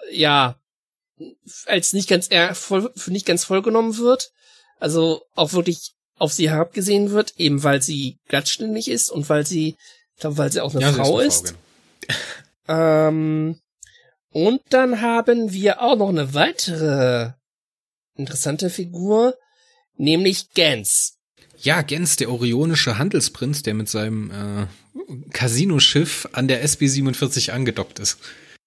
als nicht ganz vollgenommen wird, also auch wirklich auf sie herabgesehen wird, eben weil sie glattstirnig ist und weil sie auch eine Frau ist. Genau. Und dann haben wir auch noch eine weitere interessante Figur, nämlich Gans. Ja, Gans, der orionische Handelsprinz, der mit seinem Casino-Schiff an der SB-47 angedockt ist.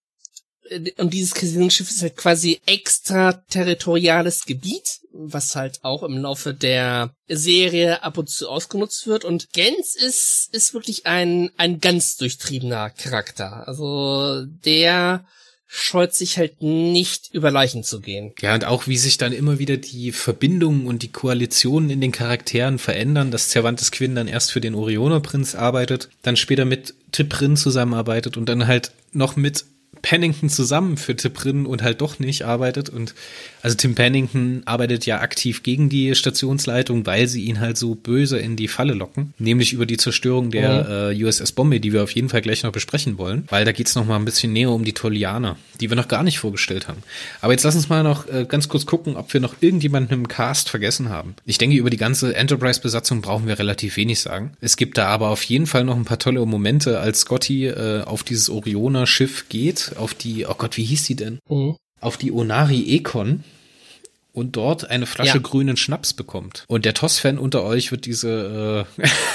Und dieses Casino-Schiff ist halt quasi extraterritoriales Gebiet, was halt auch im Laufe der Serie ab und zu ausgenutzt wird. Und Gans ist wirklich ein ganz durchtriebener Charakter. Also der scheut sich halt nicht, über Leichen zu gehen. Ja, und auch wie sich dann immer wieder die Verbindungen und die Koalitionen in den Charakteren verändern, dass Cervantes Quinn dann erst für den Orioner-Prinz arbeitet, dann später mit T'Prin zusammenarbeitet und dann halt noch mit Pennington zusammen für T'Prin und halt doch nicht arbeitet. Und also Tim Pennington arbeitet ja aktiv gegen die Stationsleitung, weil sie ihn halt so böse in die Falle locken, nämlich über die Zerstörung der USS Bombay, die wir auf jeden Fall gleich noch besprechen wollen, weil da geht's noch mal ein bisschen näher um die Tolianer, die wir noch gar nicht vorgestellt haben. Aber jetzt lass uns mal noch ganz kurz gucken, ob wir noch irgendjemanden im Cast vergessen haben. Ich denke, über die ganze Enterprise-Besatzung brauchen wir relativ wenig sagen. Es gibt da aber auf jeden Fall noch ein paar tolle Momente, als Scotty auf dieses Orioner-Schiff geht, auf die, oh Gott, wie hieß die denn? Auf die Onari Econ und dort eine Flasche grünen Schnaps bekommt. Und der TOS-Fan unter euch wird diese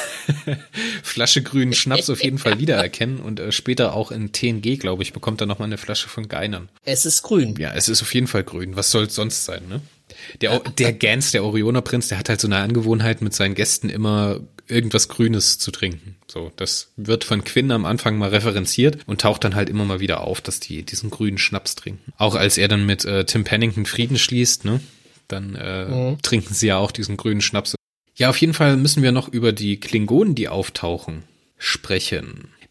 Flasche grünen Schnaps auf jeden Fall wiedererkennen und später auch in TNG, glaube ich, bekommt er nochmal eine Flasche von Geinern. Es ist grün. Ja, es ist auf jeden Fall grün. Was soll es sonst sein, ne? Der Gans, der Orioner-Prinz, der hat halt so eine Angewohnheit, mit seinen Gästen immer irgendwas Grünes zu trinken. So, das wird von Quinn am Anfang mal referenziert und taucht dann halt immer mal wieder auf, dass die diesen grünen Schnaps trinken. Auch als er dann mit Tim Pennington Frieden schließt, ne, dann trinken sie ja auch diesen grünen Schnaps. Ja, auf jeden Fall müssen wir noch über die Klingonen, die auftauchen, sprechen.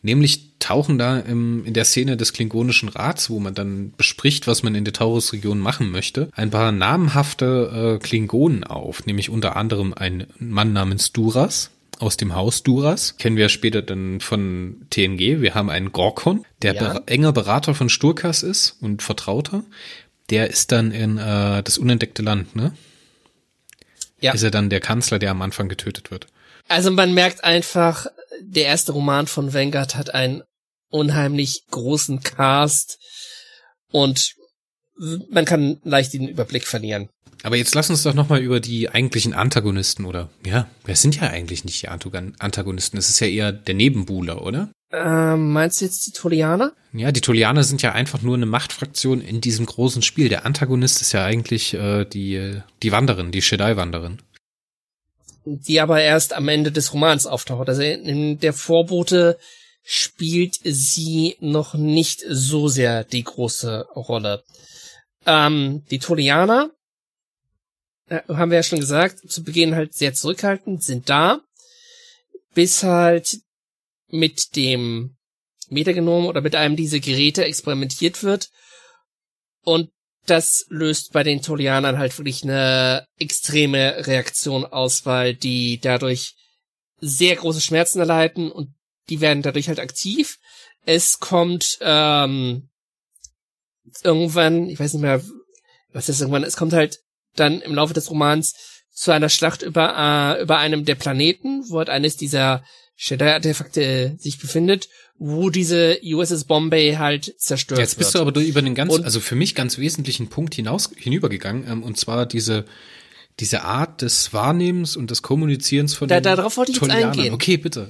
Nämlich tauchen da in der Szene des Klingonischen Rats, wo man dann bespricht, was man in der Taurus-Region machen möchte, ein paar namhafte Klingonen auf, nämlich unter anderem ein Mann namens Duras aus dem Haus Duras. Kennen wir später dann von TNG. Wir haben einen Gorkon, der enger Berater von Sturkas ist und Vertrauter. Der ist dann in das unentdeckte Land, ne? Ja. Ist er dann der Kanzler, der am Anfang getötet wird. Also man merkt einfach, der erste Roman von Vanguard hat einen unheimlich großen Cast und man kann leicht den Überblick verlieren. Aber jetzt lass uns doch nochmal über die eigentlichen Antagonisten wer sind ja eigentlich nicht die Antagonisten? Es ist ja eher der Nebenbuhler, oder? Meinst du jetzt die Tolianer? Ja, die Tolianer sind ja einfach nur eine Machtfraktion in diesem großen Spiel. Der Antagonist ist ja eigentlich die Wanderin, die Jedi-Wanderin. Die aber erst am Ende des Romans auftaucht. Also in der Vorbote spielt sie noch nicht so sehr die große Rolle. Die Tolianer, haben wir ja schon gesagt, zu Beginn halt sehr zurückhaltend, sind da, bis halt mit dem Metagenom oder mit einem dieser Geräte experimentiert wird. Und das löst bei den Tolianern halt wirklich eine extreme Reaktion aus, weil die dadurch sehr große Schmerzen erleiden und die werden dadurch halt aktiv. Es kommt irgendwann, ich weiß nicht mehr, was ist irgendwann, es kommt halt dann im Laufe des Romans zu einer Schlacht über einem der Planeten, wo halt eines dieser Jedi-Artefakte sich befindet, wo diese USS Bombay halt zerstört wird. Jetzt bist du aber über den also für mich ganz wesentlichen Punkt hinübergegangen, und zwar diese Art des Wahrnehmens und des Kommunizierens von den darauf wollte ich jetzt eingehen. Okay, bitte.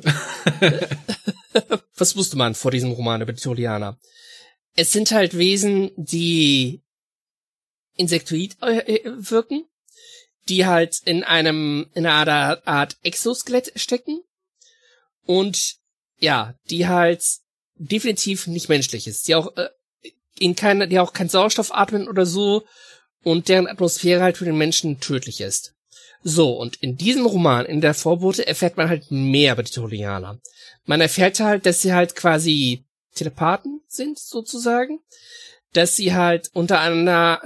Was wusste man vor diesem Roman über die Tolianer? Es sind halt Wesen, die insektoid wirken, die halt in einer Art Exoskelett stecken und ja, die halt definitiv nicht menschlich ist, die auch die auch keinen Sauerstoff atmen oder so und deren Atmosphäre halt für den Menschen tödlich ist. So, und in diesem Roman, in der Vorbote, erfährt man halt mehr über die Tolianer. Man erfährt halt, dass sie halt quasi Telepathen sind, sozusagen, dass sie halt untereinander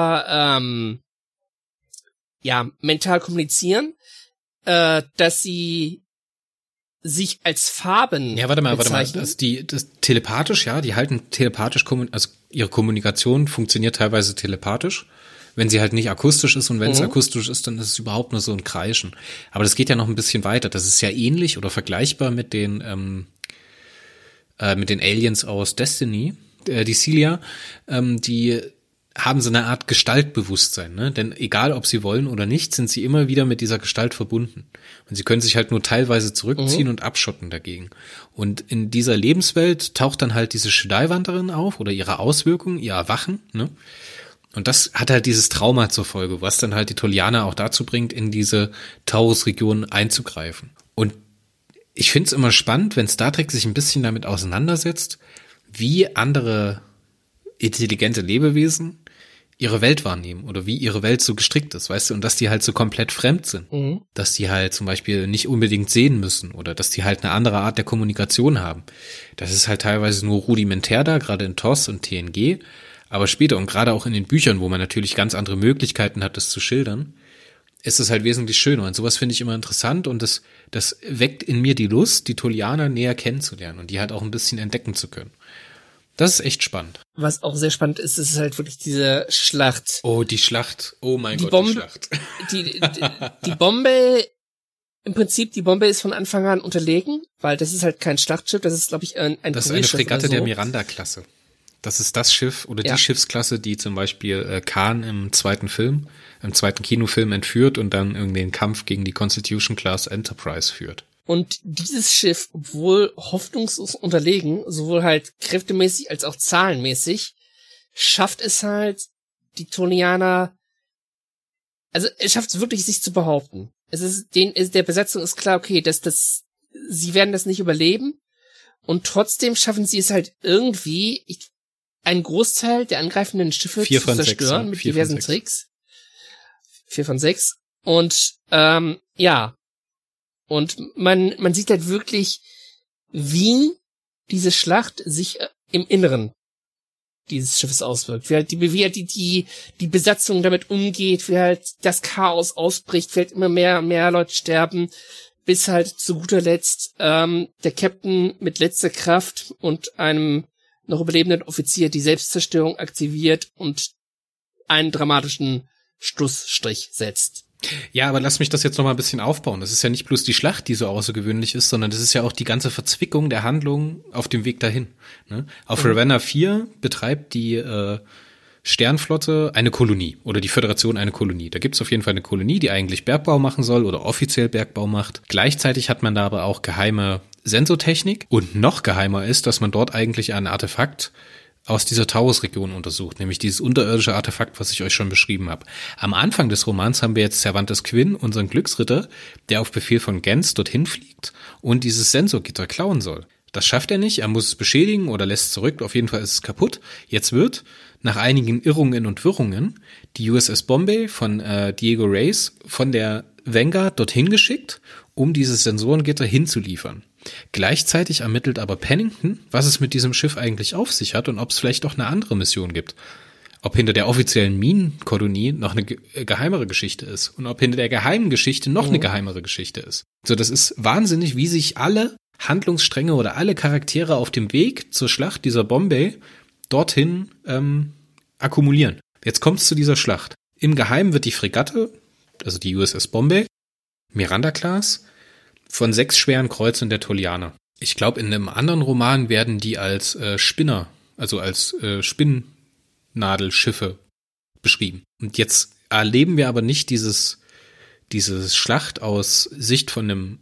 mental kommunizieren, dass sie sich als Farben bezeichnen. Das telepathisch, ja, die halten telepathisch, also ihre Kommunikation funktioniert teilweise telepathisch, wenn sie halt nicht akustisch ist, und wenn es akustisch ist, dann ist es überhaupt nur so ein Kreischen. Aber das geht ja noch ein bisschen weiter. Das ist ja ähnlich oder vergleichbar mit den Aliens aus Destiny, die Celia, die haben so eine Art Gestaltbewusstsein, ne? Denn egal, ob sie wollen oder nicht, sind sie immer wieder mit dieser Gestalt verbunden. Und sie können sich halt nur teilweise zurückziehen und abschotten dagegen. Und in dieser Lebenswelt taucht dann halt diese Jedi-Wanderin auf oder ihre Auswirkungen, ihr Erwachen, ne? Und das hat halt dieses Trauma zur Folge, was dann halt die Tolianer auch dazu bringt, in diese Taurus-Region einzugreifen. Und ich find's immer spannend, wenn Star Trek sich ein bisschen damit auseinandersetzt, wie andere intelligente Lebewesen ihre Welt wahrnehmen oder wie ihre Welt so gestrickt ist, weißt du, und dass die halt so komplett fremd sind, dass die halt zum Beispiel nicht unbedingt sehen müssen oder dass die halt eine andere Art der Kommunikation haben. Das ist halt teilweise nur rudimentär da, gerade in TOS und TNG, aber später und gerade auch in den Büchern, wo man natürlich ganz andere Möglichkeiten hat, das zu schildern, ist es halt wesentlich schöner, und sowas finde ich immer interessant, und das weckt in mir die Lust, die Tolianer näher kennenzulernen und die halt auch ein bisschen entdecken zu können. Das ist echt spannend. Was auch sehr spannend ist, ist halt wirklich diese Schlacht. Oh, die Schlacht. Oh mein Gott, die Schlacht. Die Bombe, im Prinzip, die Bombe ist von Anfang an unterlegen, weil das ist halt kein Schlachtschiff, das ist, glaube ich, ein Das ist eine Fregatte der Miranda-Klasse. Das ist das Schiff oder die Schiffsklasse, die zum Beispiel Khan im zweiten Kinofilm entführt und dann irgendwie den Kampf gegen die Constitution-Class Enterprise führt. Und dieses Schiff, obwohl hoffnungslos unterlegen, sowohl halt kräftemäßig als auch zahlenmäßig, schafft es halt, die Tolianer, also es schafft es wirklich, sich zu behaupten. Der Besetzung ist klar, okay, sie werden das nicht überleben, und trotzdem schaffen sie es halt irgendwie, einen Großteil der angreifenden Schiffe zu zerstören mit diversen Tricks. 4 von 6. Und, Und man sieht halt wirklich, wie diese Schlacht sich im Inneren dieses Schiffes auswirkt, wie halt die Besatzung damit umgeht, wie halt das Chaos ausbricht, wie halt immer mehr Leute sterben, bis halt zu guter Letzt der Captain mit letzter Kraft und einem noch überlebenden Offizier die Selbstzerstörung aktiviert und einen dramatischen Schlussstrich setzt. Ja, aber lass mich das jetzt noch mal ein bisschen aufbauen. Das ist ja nicht bloß die Schlacht, die so außergewöhnlich ist, sondern das ist ja auch die ganze Verzwickung der Handlung auf dem Weg dahin. Ne? Auf Ravenna 4 betreibt die Sternflotte eine Kolonie oder die Föderation eine Kolonie. Da gibt's auf jeden Fall eine Kolonie, die eigentlich Bergbau machen soll oder offiziell Bergbau macht. Gleichzeitig hat man da aber auch geheime Sensortechnik und noch geheimer ist, dass man dort eigentlich ein Artefakt aus dieser Taurus-Region untersucht, nämlich dieses unterirdische Artefakt, was ich euch schon beschrieben habe. Am Anfang des Romans haben wir jetzt Cervantes Quinn, unseren Glücksritter, der auf Befehl von Gens dorthin fliegt und dieses Sensorgitter klauen soll. Das schafft er nicht, er muss es beschädigen oder lässt zurück, auf jeden Fall ist es kaputt. Jetzt wird, nach einigen Irrungen und Wirrungen, die USS Bombay von Diego Reyes von der Vanguard dorthin geschickt, um dieses Sensorengitter hinzuliefern. Gleichzeitig ermittelt aber Pennington, was es mit diesem Schiff eigentlich auf sich hat und ob es vielleicht doch eine andere Mission gibt. Ob hinter der offiziellen Minenkolonie noch eine geheimere Geschichte ist und ob hinter der geheimen Geschichte noch eine geheimere Geschichte ist. So, das ist wahnsinnig, wie sich alle Handlungsstränge oder alle Charaktere auf dem Weg zur Schlacht dieser Bombay dorthin akkumulieren. Jetzt kommt es zu dieser Schlacht. Im Geheimen wird die Fregatte, also die USS Bombay, Miranda-Class, von 6 schweren Kreuzern der Tolianer. Ich glaube, in einem anderen Roman werden die als Spinner, also als Spinnnadelschiffe beschrieben. Und jetzt erleben wir aber nicht dieses Schlacht aus Sicht von einem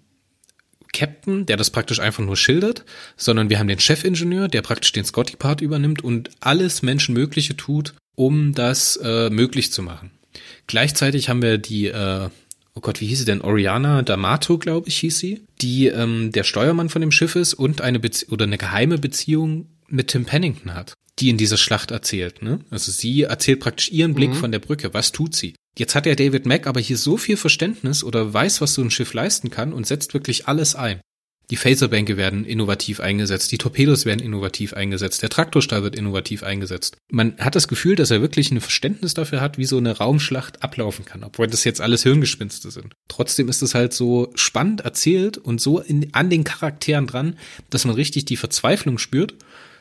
Captain, der das praktisch einfach nur schildert, sondern wir haben den Chefingenieur, der praktisch den Scotty-Part übernimmt und alles Menschenmögliche tut, um das möglich zu machen. Gleichzeitig haben wir die oh Gott, wie hieß sie denn? Oriana D'Amato, glaube ich, hieß sie, die der Steuermann von dem Schiff ist und eine geheime Beziehung mit Tim Pennington hat, die in dieser Schlacht erzählt. Ne? Also sie erzählt praktisch ihren Blick von der Brücke. Was tut sie? Jetzt hat der David Mack aber hier so viel Verständnis oder weiß, was so ein Schiff leisten kann und setzt wirklich alles ein. Die Phaserbänke werden innovativ eingesetzt, die Torpedos werden innovativ eingesetzt, der Traktorstrahl wird innovativ eingesetzt. Man hat das Gefühl, dass er wirklich ein Verständnis dafür hat, wie so eine Raumschlacht ablaufen kann, obwohl das jetzt alles Hirngespinste sind. Trotzdem ist es halt so spannend erzählt und so an den Charakteren dran, dass man richtig die Verzweiflung spürt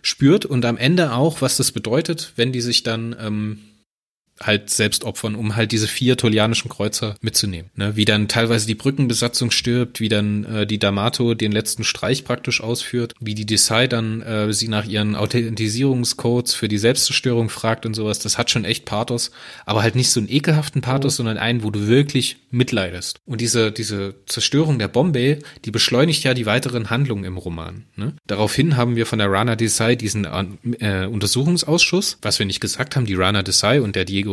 und am Ende auch, was das bedeutet, wenn die sich dann halt selbst opfern, um halt diese 4 tolianischen Kreuzer mitzunehmen. Ne? Wie dann teilweise die Brückenbesatzung stirbt, wie dann die D'Amato den letzten Streich praktisch ausführt, wie die Desai dann sie nach ihren Authentisierungscodes für die Selbstzerstörung fragt und sowas. Das hat schon echt Pathos, aber halt nicht so einen ekelhaften Pathos, sondern einen, wo du wirklich mitleidest. Und diese Zerstörung der Bombay, die beschleunigt ja die weiteren Handlungen im Roman. Ne? Daraufhin haben wir von der Rana Desai diesen Untersuchungsausschuss, was wir nicht gesagt haben, die Rana Desai und der Diego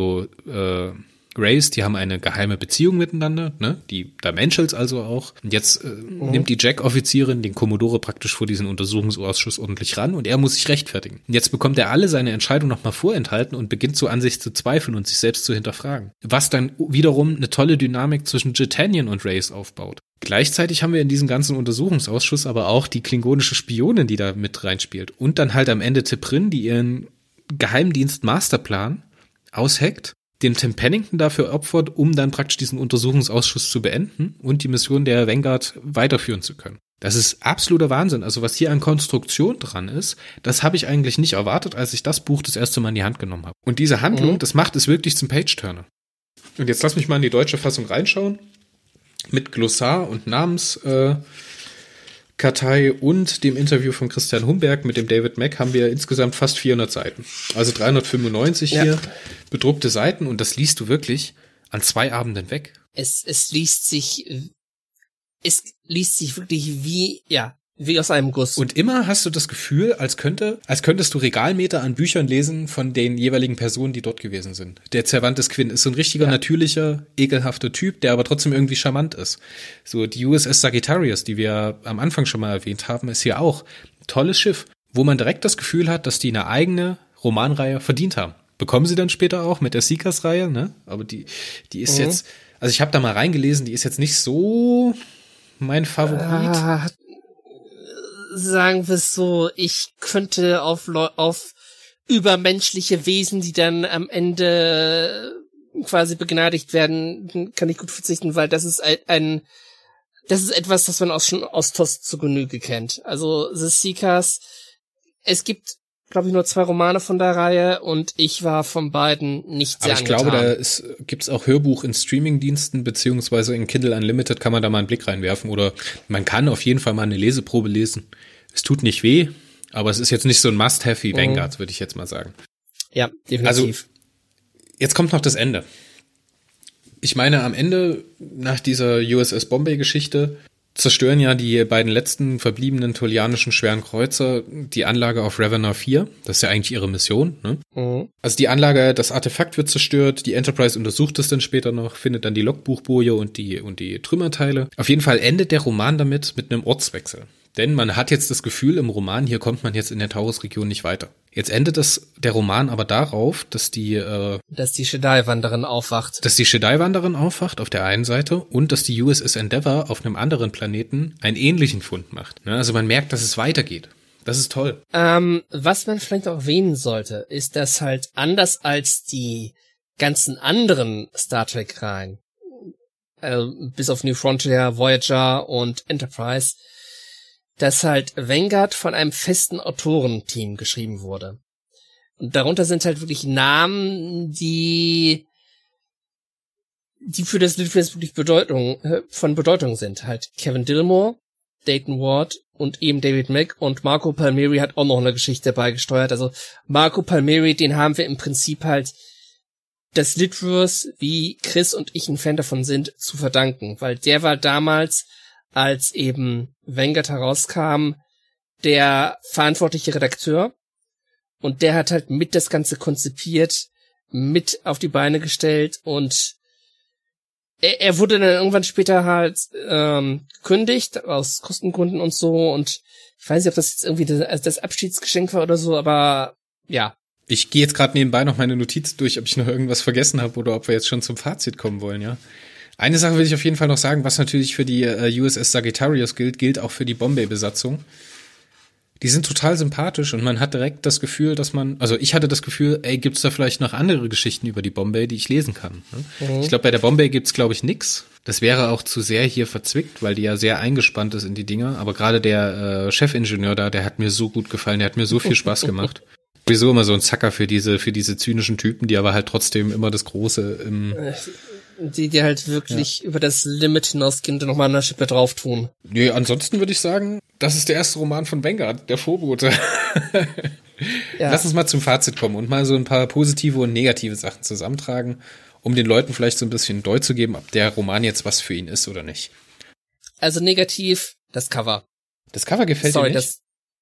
Reyes, die haben eine geheime Beziehung miteinander, ne? Die Dimensionals also auch. Und jetzt nimmt die Jack-Offizierin den Commodore praktisch vor diesen Untersuchungsausschuss ordentlich ran und er muss sich rechtfertigen. Und jetzt bekommt er alle seine Entscheidung nochmal vorenthalten und beginnt so an sich zu zweifeln und sich selbst zu hinterfragen. Was dann wiederum eine tolle Dynamik zwischen D'Artagnan und Reyes aufbaut. Gleichzeitig haben wir in diesem ganzen Untersuchungsausschuss aber auch die klingonische Spionin, die da mit reinspielt. Und dann halt am Ende T'Pring, die ihren Geheimdienst-Masterplan ausheckt, den Tim Pennington dafür opfert, um dann praktisch diesen Untersuchungsausschuss zu beenden und die Mission der Vanguard weiterführen zu können. Das ist absoluter Wahnsinn. Also was hier an Konstruktion dran ist, das habe ich eigentlich nicht erwartet, als ich das Buch das erste Mal in die Hand genommen habe. Und diese Handlung, das macht es wirklich zum Page-Turner. Und jetzt lass mich mal in die deutsche Fassung reinschauen. Mit Glossar und Namenskartei und dem Interview von Christian Humberg mit dem David Mack haben wir insgesamt fast 400 Seiten. Also 395 hier bedruckte Seiten und das liest du wirklich an 2 Abenden weg. Es liest sich wirklich wie aus einem Guss. Und immer hast du das Gefühl, als könntest du Regalmeter an Büchern lesen von den jeweiligen Personen, die dort gewesen sind. Der Cervantes Quinn ist so ein richtiger, natürlicher, ekelhafter Typ, der aber trotzdem irgendwie charmant ist. So die USS Sagittarius, die wir am Anfang schon mal erwähnt haben, ist hier auch ein tolles Schiff, wo man direkt das Gefühl hat, dass die eine eigene Romanreihe verdient haben. Bekommen sie dann später auch mit der Seekers-Reihe, ne? Aber die ist jetzt, also ich habe da mal reingelesen, die ist jetzt nicht so mein Favorit. sagen wir es so, ich könnte auf übermenschliche Wesen, die dann am Ende quasi begnadigt werden, kann ich gut verzichten, weil das ist das ist etwas, das man schon aus TOS zu Genüge kennt. Also The Seekers, es gibt, glaube ich, nur 2 Romane von der Reihe und ich war von beiden nicht sehr angetan. Aber ich glaube, da gibt's auch Hörbuch in Streamingdiensten, beziehungsweise in Kindle Unlimited kann man da mal einen Blick reinwerfen oder man kann auf jeden Fall mal eine Leseprobe lesen. Es tut nicht weh, aber es ist jetzt nicht so ein Must-Have wie Vanguard, würde ich jetzt mal sagen. Ja, definitiv. Also, jetzt kommt noch das Ende. Ich meine, am Ende, nach dieser USS Bombay-Geschichte, zerstören ja die beiden letzten verbliebenen tolianischen schweren Kreuzer die Anlage auf Ravenna 4. Das ist ja eigentlich ihre Mission, ne? Mhm. Also die Anlage, das Artefakt wird zerstört, die Enterprise untersucht es dann später noch, findet dann die Logbuchboje und die Trümmerteile. Auf jeden Fall endet der Roman damit mit einem Ortswechsel. Denn man hat jetzt das Gefühl im Roman, hier kommt man jetzt in der Taurus-Region nicht weiter. Jetzt endet der Roman aber darauf, dass die Jedi-Wanderin aufwacht. Dass die Jedi-Wanderin aufwacht auf der einen Seite und dass die USS Endeavour auf einem anderen Planeten einen ähnlichen Fund macht. Also man merkt, dass es weitergeht. Das ist toll. Was man vielleicht auch erwähnen sollte, ist, dass halt anders als die ganzen anderen Star Trek-Reihen, bis auf New Frontier, Voyager und Enterprise, dass halt Vanguard von einem festen Autorenteam geschrieben wurde. Und darunter sind halt wirklich Namen, die für das Literature wirklich von Bedeutung sind. Halt Kevin Dillmore, Dayton Ward und eben David Mack und Marco Palmieri hat auch noch eine Geschichte beigesteuert. Also Marco Palmieri, den haben wir im Prinzip halt das Litverse, wie Chris und ich ein Fan davon sind, zu verdanken. Weil der war damals, als eben Vanguard herauskam, der verantwortliche Redakteur und der hat halt mit das Ganze konzipiert, mit auf die Beine gestellt und er wurde dann irgendwann später halt gekündigt, aus Kostengründen und so und ich weiß nicht, ob das jetzt irgendwie das Abschiedsgeschenk war oder so, aber ja. Ich gehe jetzt gerade nebenbei noch meine Notizen durch, ob ich noch irgendwas vergessen habe oder ob wir jetzt schon zum Fazit kommen wollen, ja. Eine Sache will ich auf jeden Fall noch sagen, was natürlich für die USS Sagittarius gilt auch für die Bombay-Besatzung. Die sind total sympathisch und man hat direkt das Gefühl, ich hatte das Gefühl, gibt's da vielleicht noch andere Geschichten über die Bombay, die ich lesen kann. Ne? Mhm. Ich glaube, bei der Bombay gibt's, glaube ich, nix. Das wäre auch zu sehr hier verzwickt, weil die ja sehr eingespannt ist in die Dinger. Aber gerade der Chefingenieur da, der hat mir so gut gefallen, der hat mir so viel Spaß gemacht. Sowieso immer so ein Zacker für diese zynischen Typen, die aber halt trotzdem immer das Große im die halt wirklich über das Limit hinausgehen und nochmal eine Schippe drauf tun. Nee, ansonsten würde ich sagen, das ist der erste Roman von Vanguard, der Vorbote. Ja. Lass uns mal zum Fazit kommen und mal so ein paar positive und negative Sachen zusammentragen, um den Leuten vielleicht so ein bisschen Deut zu geben, ob der Roman jetzt was für ihn ist oder nicht. Also negativ, das Cover. Das Cover gefällt dir nicht?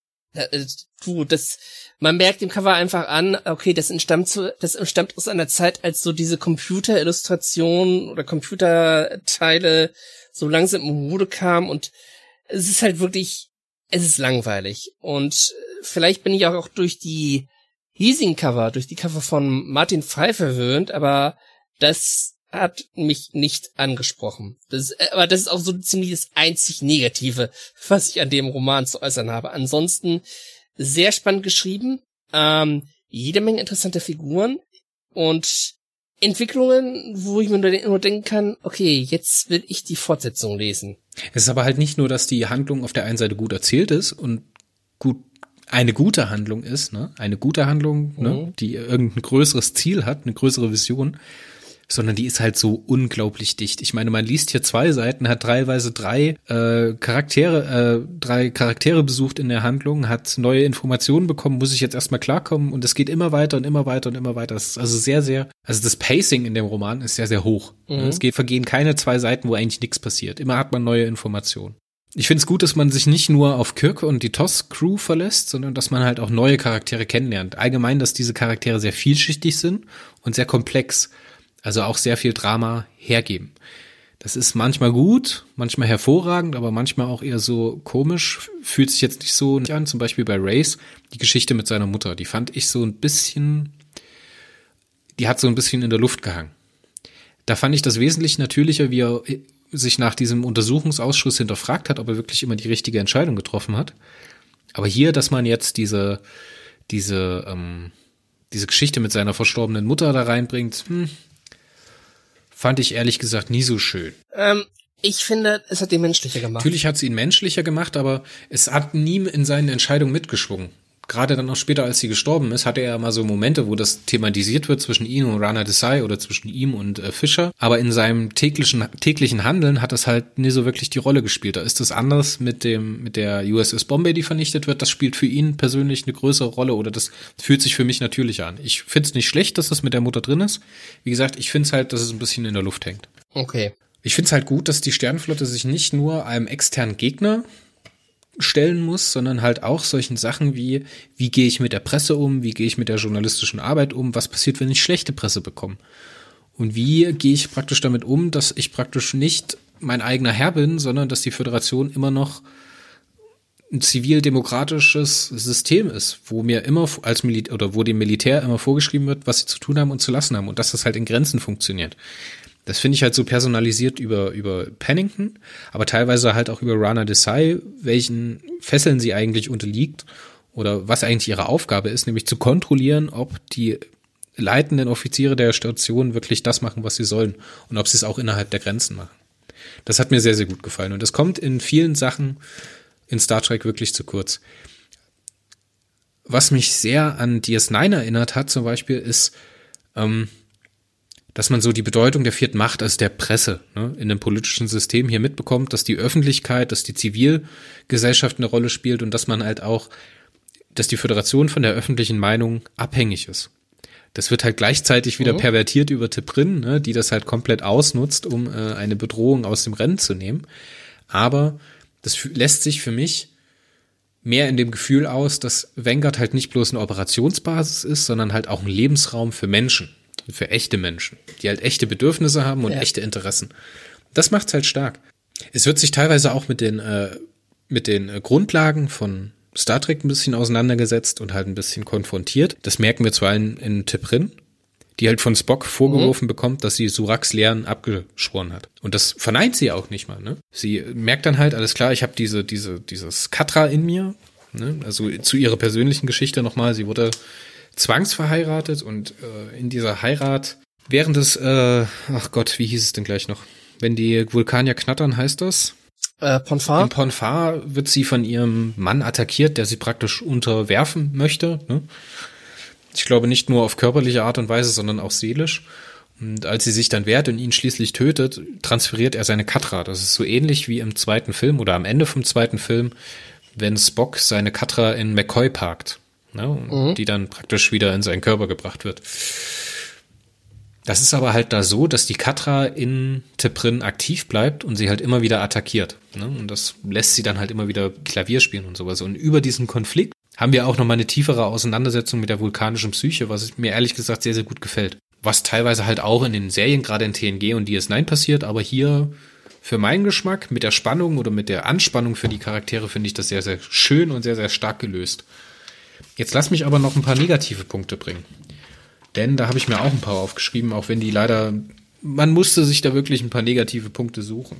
Man merkt dem Cover einfach an, okay, das entstammt aus einer Zeit, als so diese Computerillustrationen oder Computerteile so langsam in Mode kamen und es ist halt wirklich, es ist langweilig und vielleicht bin ich auch durch die hiesigen Cover, durch die Cover von Martin Pfeiffer verwöhnt, aber das hat mich nicht angesprochen. Aber das ist auch so ziemlich das einzig Negative, was ich an dem Roman zu äußern habe. Ansonsten sehr spannend geschrieben, jede Menge interessante Figuren und Entwicklungen, wo ich mir nur denken kann, okay, jetzt will ich die Fortsetzung lesen. Es ist aber halt nicht nur, dass die Handlung auf der einen Seite gut erzählt ist und eine gute Handlung ist, ne? Eine gute Handlung, ne? Die irgendein größeres Ziel hat, eine größere Vision, sondern die ist halt so unglaublich dicht. Ich meine, man liest hier 2 Seiten, hat teilweise 3 Charaktere besucht in der Handlung, hat neue Informationen bekommen, muss ich jetzt erstmal klarkommen und es geht immer weiter und immer weiter und immer weiter. Das ist also also das Pacing in dem Roman ist sehr, sehr hoch. Es vergehen keine 2 Seiten, wo eigentlich nichts passiert. Immer hat man neue Informationen. Ich finde es gut, dass man sich nicht nur auf Kirk und die TOS-Crew verlässt, sondern dass man halt auch neue Charaktere kennenlernt. Allgemein, dass diese Charaktere sehr vielschichtig sind und sehr komplex. Also auch sehr viel Drama hergeben. Das ist manchmal gut, manchmal hervorragend, aber manchmal auch eher so komisch. Fühlt sich jetzt nicht so an. Zum Beispiel bei Race, die Geschichte mit seiner Mutter. Die fand ich die hat so ein bisschen in der Luft gehangen. Da fand ich das wesentlich natürlicher, wie er sich nach diesem Untersuchungsausschuss hinterfragt hat, ob er wirklich immer die richtige Entscheidung getroffen hat. Aber hier, dass man jetzt diese Geschichte mit seiner verstorbenen Mutter da reinbringt, fand ich ehrlich gesagt nie so schön. Ich finde, es hat ihn menschlicher gemacht. Natürlich hat es ihn menschlicher gemacht, aber es hat nie in seinen Entscheidungen mitgeschwungen. Gerade dann auch später, als sie gestorben ist, hatte er ja mal so Momente, wo das thematisiert wird zwischen ihm und Rana Desai oder zwischen ihm und Fischer. Aber in seinem täglichen Handeln hat das halt nie so wirklich die Rolle gespielt. Da ist das anders mit der USS Bombay, die vernichtet wird. Das spielt für ihn persönlich eine größere Rolle oder das fühlt sich für mich natürlicher an. Ich finde es nicht schlecht, dass das mit der Mutter drin ist. Wie gesagt, ich finde es halt, dass es ein bisschen in der Luft hängt. Okay. Ich finde es halt gut, dass die Sternenflotte sich nicht nur einem externen Gegner stellen muss, sondern halt auch solchen Sachen wie gehe ich mit der Presse um, wie gehe ich mit der journalistischen Arbeit um, was passiert, wenn ich schlechte Presse bekomme und wie gehe ich praktisch damit um, dass ich praktisch nicht mein eigener Herr bin, sondern dass die Föderation immer noch ein zivil-demokratisches System ist, wo mir immer wo dem Militär immer vorgeschrieben wird, was sie zu tun haben und zu lassen haben und dass das halt in Grenzen funktioniert. Das finde ich halt so personalisiert über Pennington, aber teilweise halt auch über Rana Desai, welchen Fesseln sie eigentlich unterliegt oder was eigentlich ihre Aufgabe ist, nämlich zu kontrollieren, ob die leitenden Offiziere der Station wirklich das machen, was sie sollen und ob sie es auch innerhalb der Grenzen machen. Das hat mir sehr, sehr gut gefallen und das kommt in vielen Sachen in Star Trek wirklich zu kurz. Was mich sehr an DS9 erinnert hat zum Beispiel ist, dass man so die Bedeutung der vierten Macht, also der Presse, in dem politischen System hier mitbekommt, dass die Öffentlichkeit, dass die Zivilgesellschaft eine Rolle spielt und dass man halt auch, dass die Föderation von der öffentlichen Meinung abhängig ist. Das wird halt gleichzeitig wieder pervertiert über T'Prin, die das halt komplett ausnutzt, um eine Bedrohung aus dem Rennen zu nehmen. Aber das lässt sich für mich mehr in dem Gefühl aus, dass Vanguard halt nicht bloß eine Operationsbasis ist, sondern halt auch ein Lebensraum für Menschen. Für echte Menschen, die halt echte Bedürfnisse haben und echte Interessen. Das macht's halt stark. Es wird sich teilweise auch mit den Grundlagen von Star Trek ein bisschen auseinandergesetzt und halt ein bisschen konfrontiert. Das merken wir zwar in T'Prin, die halt von Spock vorgeworfen bekommt, dass sie Suraks Lehren abgeschworen hat. Und das verneint sie auch nicht mal. Ne? Sie merkt dann halt, alles klar, ich habe dieses Katra in mir. Ne? Also zu ihrer persönlichen Geschichte nochmal, sie wurde zwangsverheiratet und in dieser Heirat während des, ach Gott, wie hieß es denn gleich noch? Wenn die Vulkanier knattern, heißt das? Ponfar. In Ponfar wird sie von ihrem Mann attackiert, der sie praktisch unterwerfen möchte. Ne? Ich glaube nicht nur auf körperliche Art und Weise, sondern auch seelisch. Und als sie sich dann wehrt und ihn schließlich tötet, transferiert er seine Katra. Das ist so ähnlich wie im zweiten Film oder am Ende vom zweiten Film, wenn Spock seine Katra in McCoy parkt. Ne, die dann praktisch wieder in seinen Körper gebracht wird. Das ist aber halt da so, dass die Katra in T'Prin aktiv bleibt und sie halt immer wieder attackiert. Ne? Und das lässt sie dann halt immer wieder Klavier spielen und sowas. Und über diesen Konflikt haben wir auch nochmal eine tiefere Auseinandersetzung mit der vulkanischen Psyche, was mir ehrlich gesagt sehr, sehr gut gefällt. Was teilweise halt auch in den Serien, gerade in TNG und DS9 passiert, aber hier für meinen Geschmack mit der Spannung oder mit der Anspannung für die Charaktere finde ich das sehr, sehr schön und sehr, sehr stark gelöst. Jetzt lass mich aber noch ein paar negative Punkte bringen. Denn da habe ich mir auch ein paar aufgeschrieben, auch wenn die leider, man musste sich da wirklich ein paar negative Punkte suchen.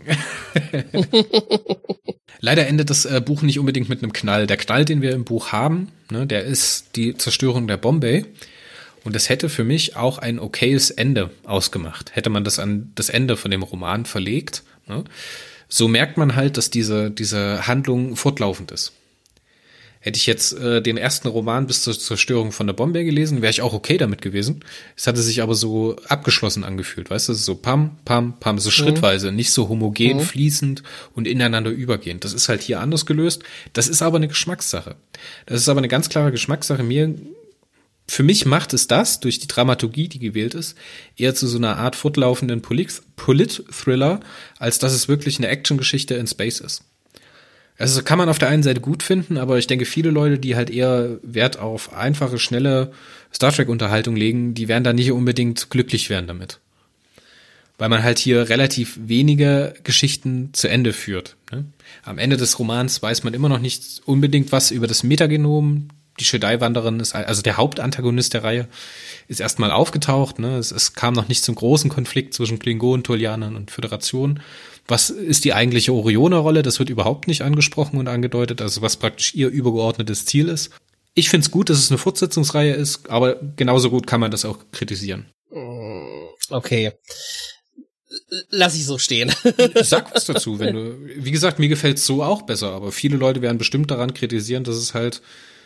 Leider endet das Buch nicht unbedingt mit einem Knall. Der Knall, den wir im Buch haben, ne, der ist die Zerstörung der Bombay. Und das hätte für mich auch ein okayes Ende ausgemacht. Hätte man das an das Ende von dem Roman verlegt. Ne? So merkt man halt, dass diese Handlung fortlaufend ist. Hätte ich jetzt den ersten Roman bis zur Zerstörung von der Bombay gelesen, wäre ich auch okay damit gewesen. Es hatte sich aber so abgeschlossen angefühlt, weißt du, so pam, pam, pam, so schrittweise, nicht so homogen, fließend und ineinander übergehend. Das ist halt hier anders gelöst. Das ist aber eine Geschmackssache. Das ist aber eine ganz klare Geschmackssache. Für mich macht es das, durch die Dramaturgie, die gewählt ist, eher zu so einer Art fortlaufenden Polit-Thriller, als dass es wirklich eine Actiongeschichte in Space ist. Also kann man auf der einen Seite gut finden, aber ich denke, viele Leute, die halt eher Wert auf einfache, schnelle Star Trek-Unterhaltung legen, die werden da nicht unbedingt glücklich werden damit. Weil man halt hier relativ wenige Geschichten zu Ende führt. Ne? Am Ende des Romans weiß man immer noch nicht unbedingt was über das Metagenom Die Jedi-Wanderin ist, also der Hauptantagonist der Reihe, ist erstmal aufgetaucht, ne? Es kam noch nicht zum großen Konflikt zwischen Klingonen, Tolianern und Föderation. Was ist die eigentliche Orioner-Rolle? Das wird überhaupt nicht angesprochen und angedeutet, also was praktisch ihr übergeordnetes Ziel ist. Ich find's gut, dass es eine Fortsetzungsreihe ist, aber genauso gut kann man das auch kritisieren. Okay. Lass ich so stehen. Sag was dazu, wenn du, wie gesagt, mir gefällt's so auch besser, aber viele Leute werden bestimmt daran kritisieren, dass es halt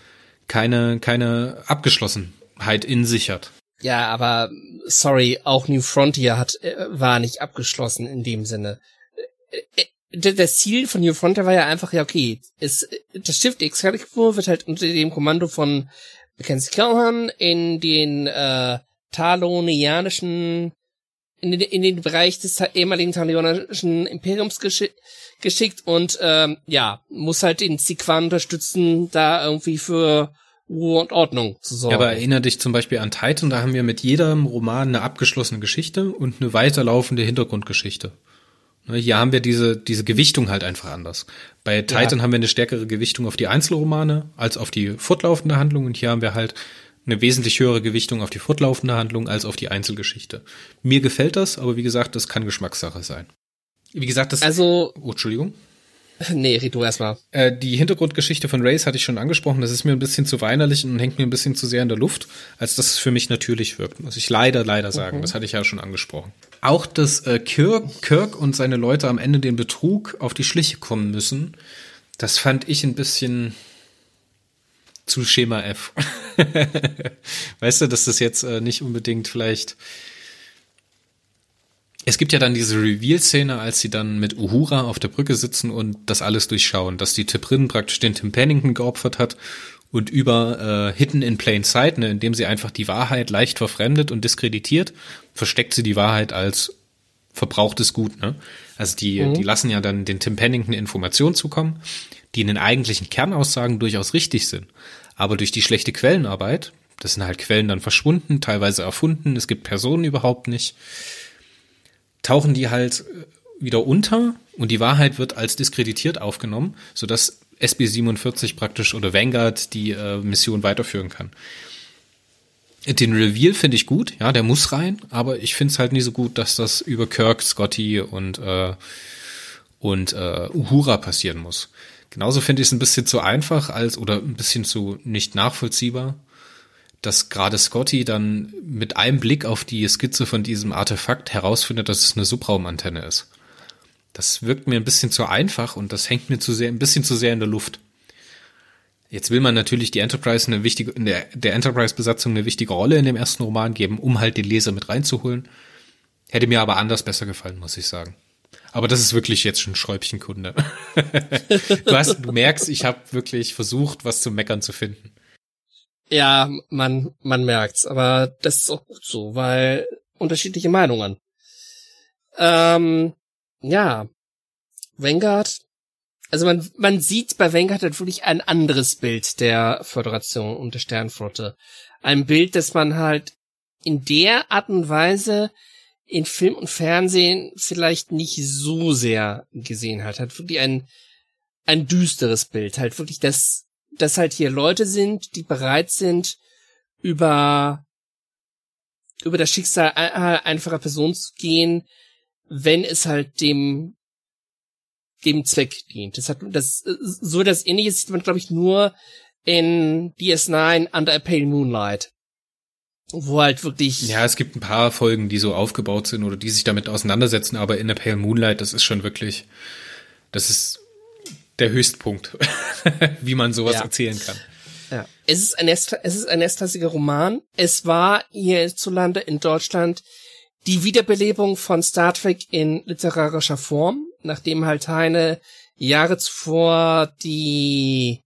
keine Abgeschlossenheit in sich hat. Ja, aber sorry, auch New Frontier war nicht abgeschlossen in dem Sinne. Das Ziel von New Frontier war ja einfach, ja okay, das Schiff Excalibur wird halt unter dem Kommando von Mackenzie Calhoun in den talonianischen, in den Bereich des ehemaligen talonianischen Imperiums geschickt und muss halt den Sequan unterstützen, da irgendwie für Ruhe und Ordnung zu sorgen. Ja, aber erinnere dich zum Beispiel an Titan, da haben wir mit jedem Roman eine abgeschlossene Geschichte und eine weiterlaufende Hintergrundgeschichte. Hier haben wir diese Gewichtung halt einfach anders. Bei Titan haben wir eine stärkere Gewichtung auf die Einzelromane als auf die fortlaufende Handlung und hier haben wir halt eine wesentlich höhere Gewichtung auf die fortlaufende Handlung als auf die Einzelgeschichte. Mir gefällt das, aber wie gesagt, das kann Geschmackssache sein. Wie gesagt, Entschuldigung. Nee, red du erstmal. Die Hintergrundgeschichte von Reyes hatte ich schon angesprochen. Das ist mir ein bisschen zu weinerlich und hängt mir ein bisschen zu sehr in der Luft, als dass es für mich natürlich wirkt. Muss ich leider sagen. Das hatte ich ja schon angesprochen. Auch, dass Kirk und seine Leute am Ende den Betrug auf die Schliche kommen müssen, das fand ich ein bisschen zu Schema F. Weißt du, dass das jetzt nicht unbedingt vielleicht. Es gibt ja dann diese Reveal-Szene, als sie dann mit Uhura auf der Brücke sitzen und das alles durchschauen, dass die T'Prin praktisch den Tim Pennington geopfert hat und über Hidden in Plain Sight, ne, indem sie einfach die Wahrheit leicht verfremdet und diskreditiert, versteckt sie die Wahrheit als verbrauchtes Gut. Ne? Also die lassen ja dann den Tim Pennington Informationen zukommen, die in den eigentlichen Kernaussagen durchaus richtig sind. Aber durch die schlechte Quellenarbeit, das sind halt Quellen dann verschwunden, teilweise erfunden, es gibt Personen überhaupt nicht, tauchen die halt wieder unter und die Wahrheit wird als diskreditiert aufgenommen, sodass SB-47 praktisch oder Vanguard die Mission weiterführen kann. Den Reveal finde ich gut, ja, der muss rein, aber ich finde es halt nie so gut, dass das über Kirk, Scotty und Uhura passieren muss. Genauso finde ich es ein bisschen zu einfach oder ein bisschen zu nicht nachvollziehbar, dass gerade Scotty dann mit einem Blick auf die Skizze von diesem Artefakt herausfindet, dass es eine Subraumantenne ist. Das wirkt mir ein bisschen zu einfach und das hängt mir ein bisschen zu sehr in der Luft. Jetzt will man natürlich die Enterprise der Enterprise-Besatzung eine wichtige Rolle in dem ersten Roman geben, um halt den Leser mit reinzuholen. Hätte mir aber anders besser gefallen, muss ich sagen. Aber das ist wirklich jetzt schon Schräubchenkunde. Du merkst, ich habe wirklich versucht, was zu meckern zu finden. Ja, man merkt's, aber das ist auch gut so, weil unterschiedliche Meinungen. Ja, Vanguard, also man sieht bei Vanguard halt wirklich ein anderes Bild der Föderation und der Sternflotte. Ein Bild, das man halt in der Art und Weise in Film und Fernsehen vielleicht nicht so sehr gesehen hat. Halt wirklich ein düsteres Bild, halt wirklich dass halt hier Leute sind, die bereit sind, über das Schicksal einfacher Personen zu gehen, wenn es halt dem Zweck dient. So das Ähnliche sieht man, glaube ich, nur in DS9 Under a Pale Moonlight. Wo halt wirklich. Ja, es gibt ein paar Folgen, die so aufgebaut sind oder die sich damit auseinandersetzen, aber in a Pale Moonlight, das ist schon wirklich, das ist der Höchstpunkt, wie man sowas erzählen kann. Ja. Es ist ein erstklassiger Roman. Es war hierzulande in Deutschland die Wiederbelebung von Star Trek in literarischer Form, nachdem halt Heine Jahre zuvor die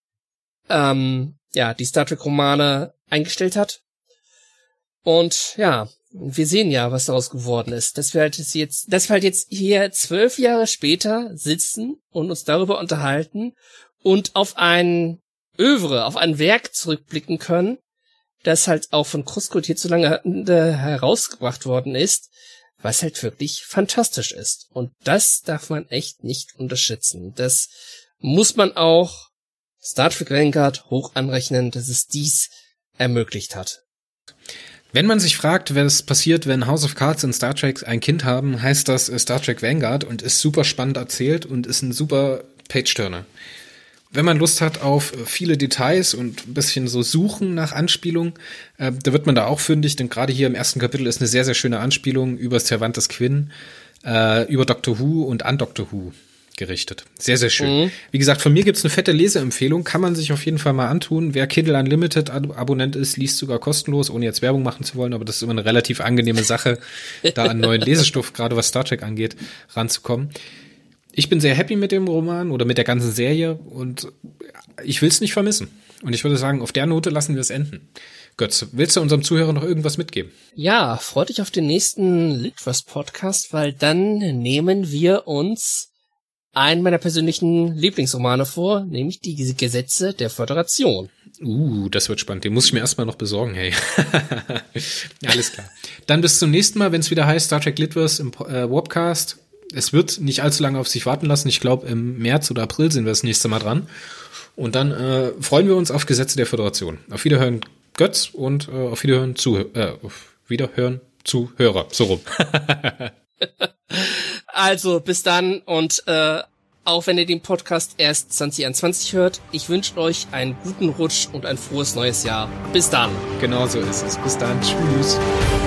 Star Trek Romane eingestellt hat. Und ja, wir sehen ja, was daraus geworden ist. Dass wir halt jetzt hier 12 Jahre später sitzen und uns darüber unterhalten und auf ein Werk zurückblicken können, das halt auch von Kruskult hierzulande herausgebracht worden ist, was halt wirklich fantastisch ist. Und das darf man echt nicht unterschätzen. Das muss man auch Star Trek Vanguard hoch anrechnen, dass es dies ermöglicht hat. Wenn man sich fragt, was passiert, wenn House of Cards und Star Trek ein Kind haben, heißt das Star Trek Vanguard und ist super spannend erzählt und ist ein super Page-Turner. Wenn man Lust hat auf viele Details und ein bisschen so Suchen nach Anspielungen, da wird man da auch fündig, denn gerade hier im ersten Kapitel ist eine sehr, sehr schöne Anspielung über Cervantes Quinn, über Doctor Who und an Doctor Who gerichtet. Sehr, sehr schön. Wie gesagt, von mir gibt's eine fette Leseempfehlung, kann man sich auf jeden Fall mal antun. Wer Kindle Unlimited Abonnent ist, liest sogar kostenlos, ohne jetzt Werbung machen zu wollen, aber das ist immer eine relativ angenehme Sache, da an neuen Lesestoff, gerade was Star Trek angeht, ranzukommen. Ich bin sehr happy mit dem Roman oder mit der ganzen Serie und ich will's nicht vermissen. Und ich würde sagen, auf der Note lassen wir es enden. Götz, willst du unserem Zuhörer noch irgendwas mitgeben? Ja, freut dich auf den nächsten Litverse-Podcast, weil dann nehmen wir uns einen meiner persönlichen Lieblingsromane vor, nämlich die Gesetze der Föderation. Das wird spannend. Den muss ich mir erstmal noch besorgen, hey. Alles klar. Dann bis zum nächsten Mal, wenn es wieder heißt Star Trek Litverse im Warpcast. Es wird nicht allzu lange auf sich warten lassen. Ich glaube, im März oder April sind wir das nächste Mal dran. Und dann freuen wir uns auf Gesetze der Föderation. Auf Wiederhören, Götz, und auf Wiederhören, Zuhörer. So rum. Also, bis dann und auch wenn ihr den Podcast erst 2021 hört, ich wünsche euch einen guten Rutsch und ein frohes neues Jahr. Bis dann. Genau so ist es. Bis dann. Tschüss.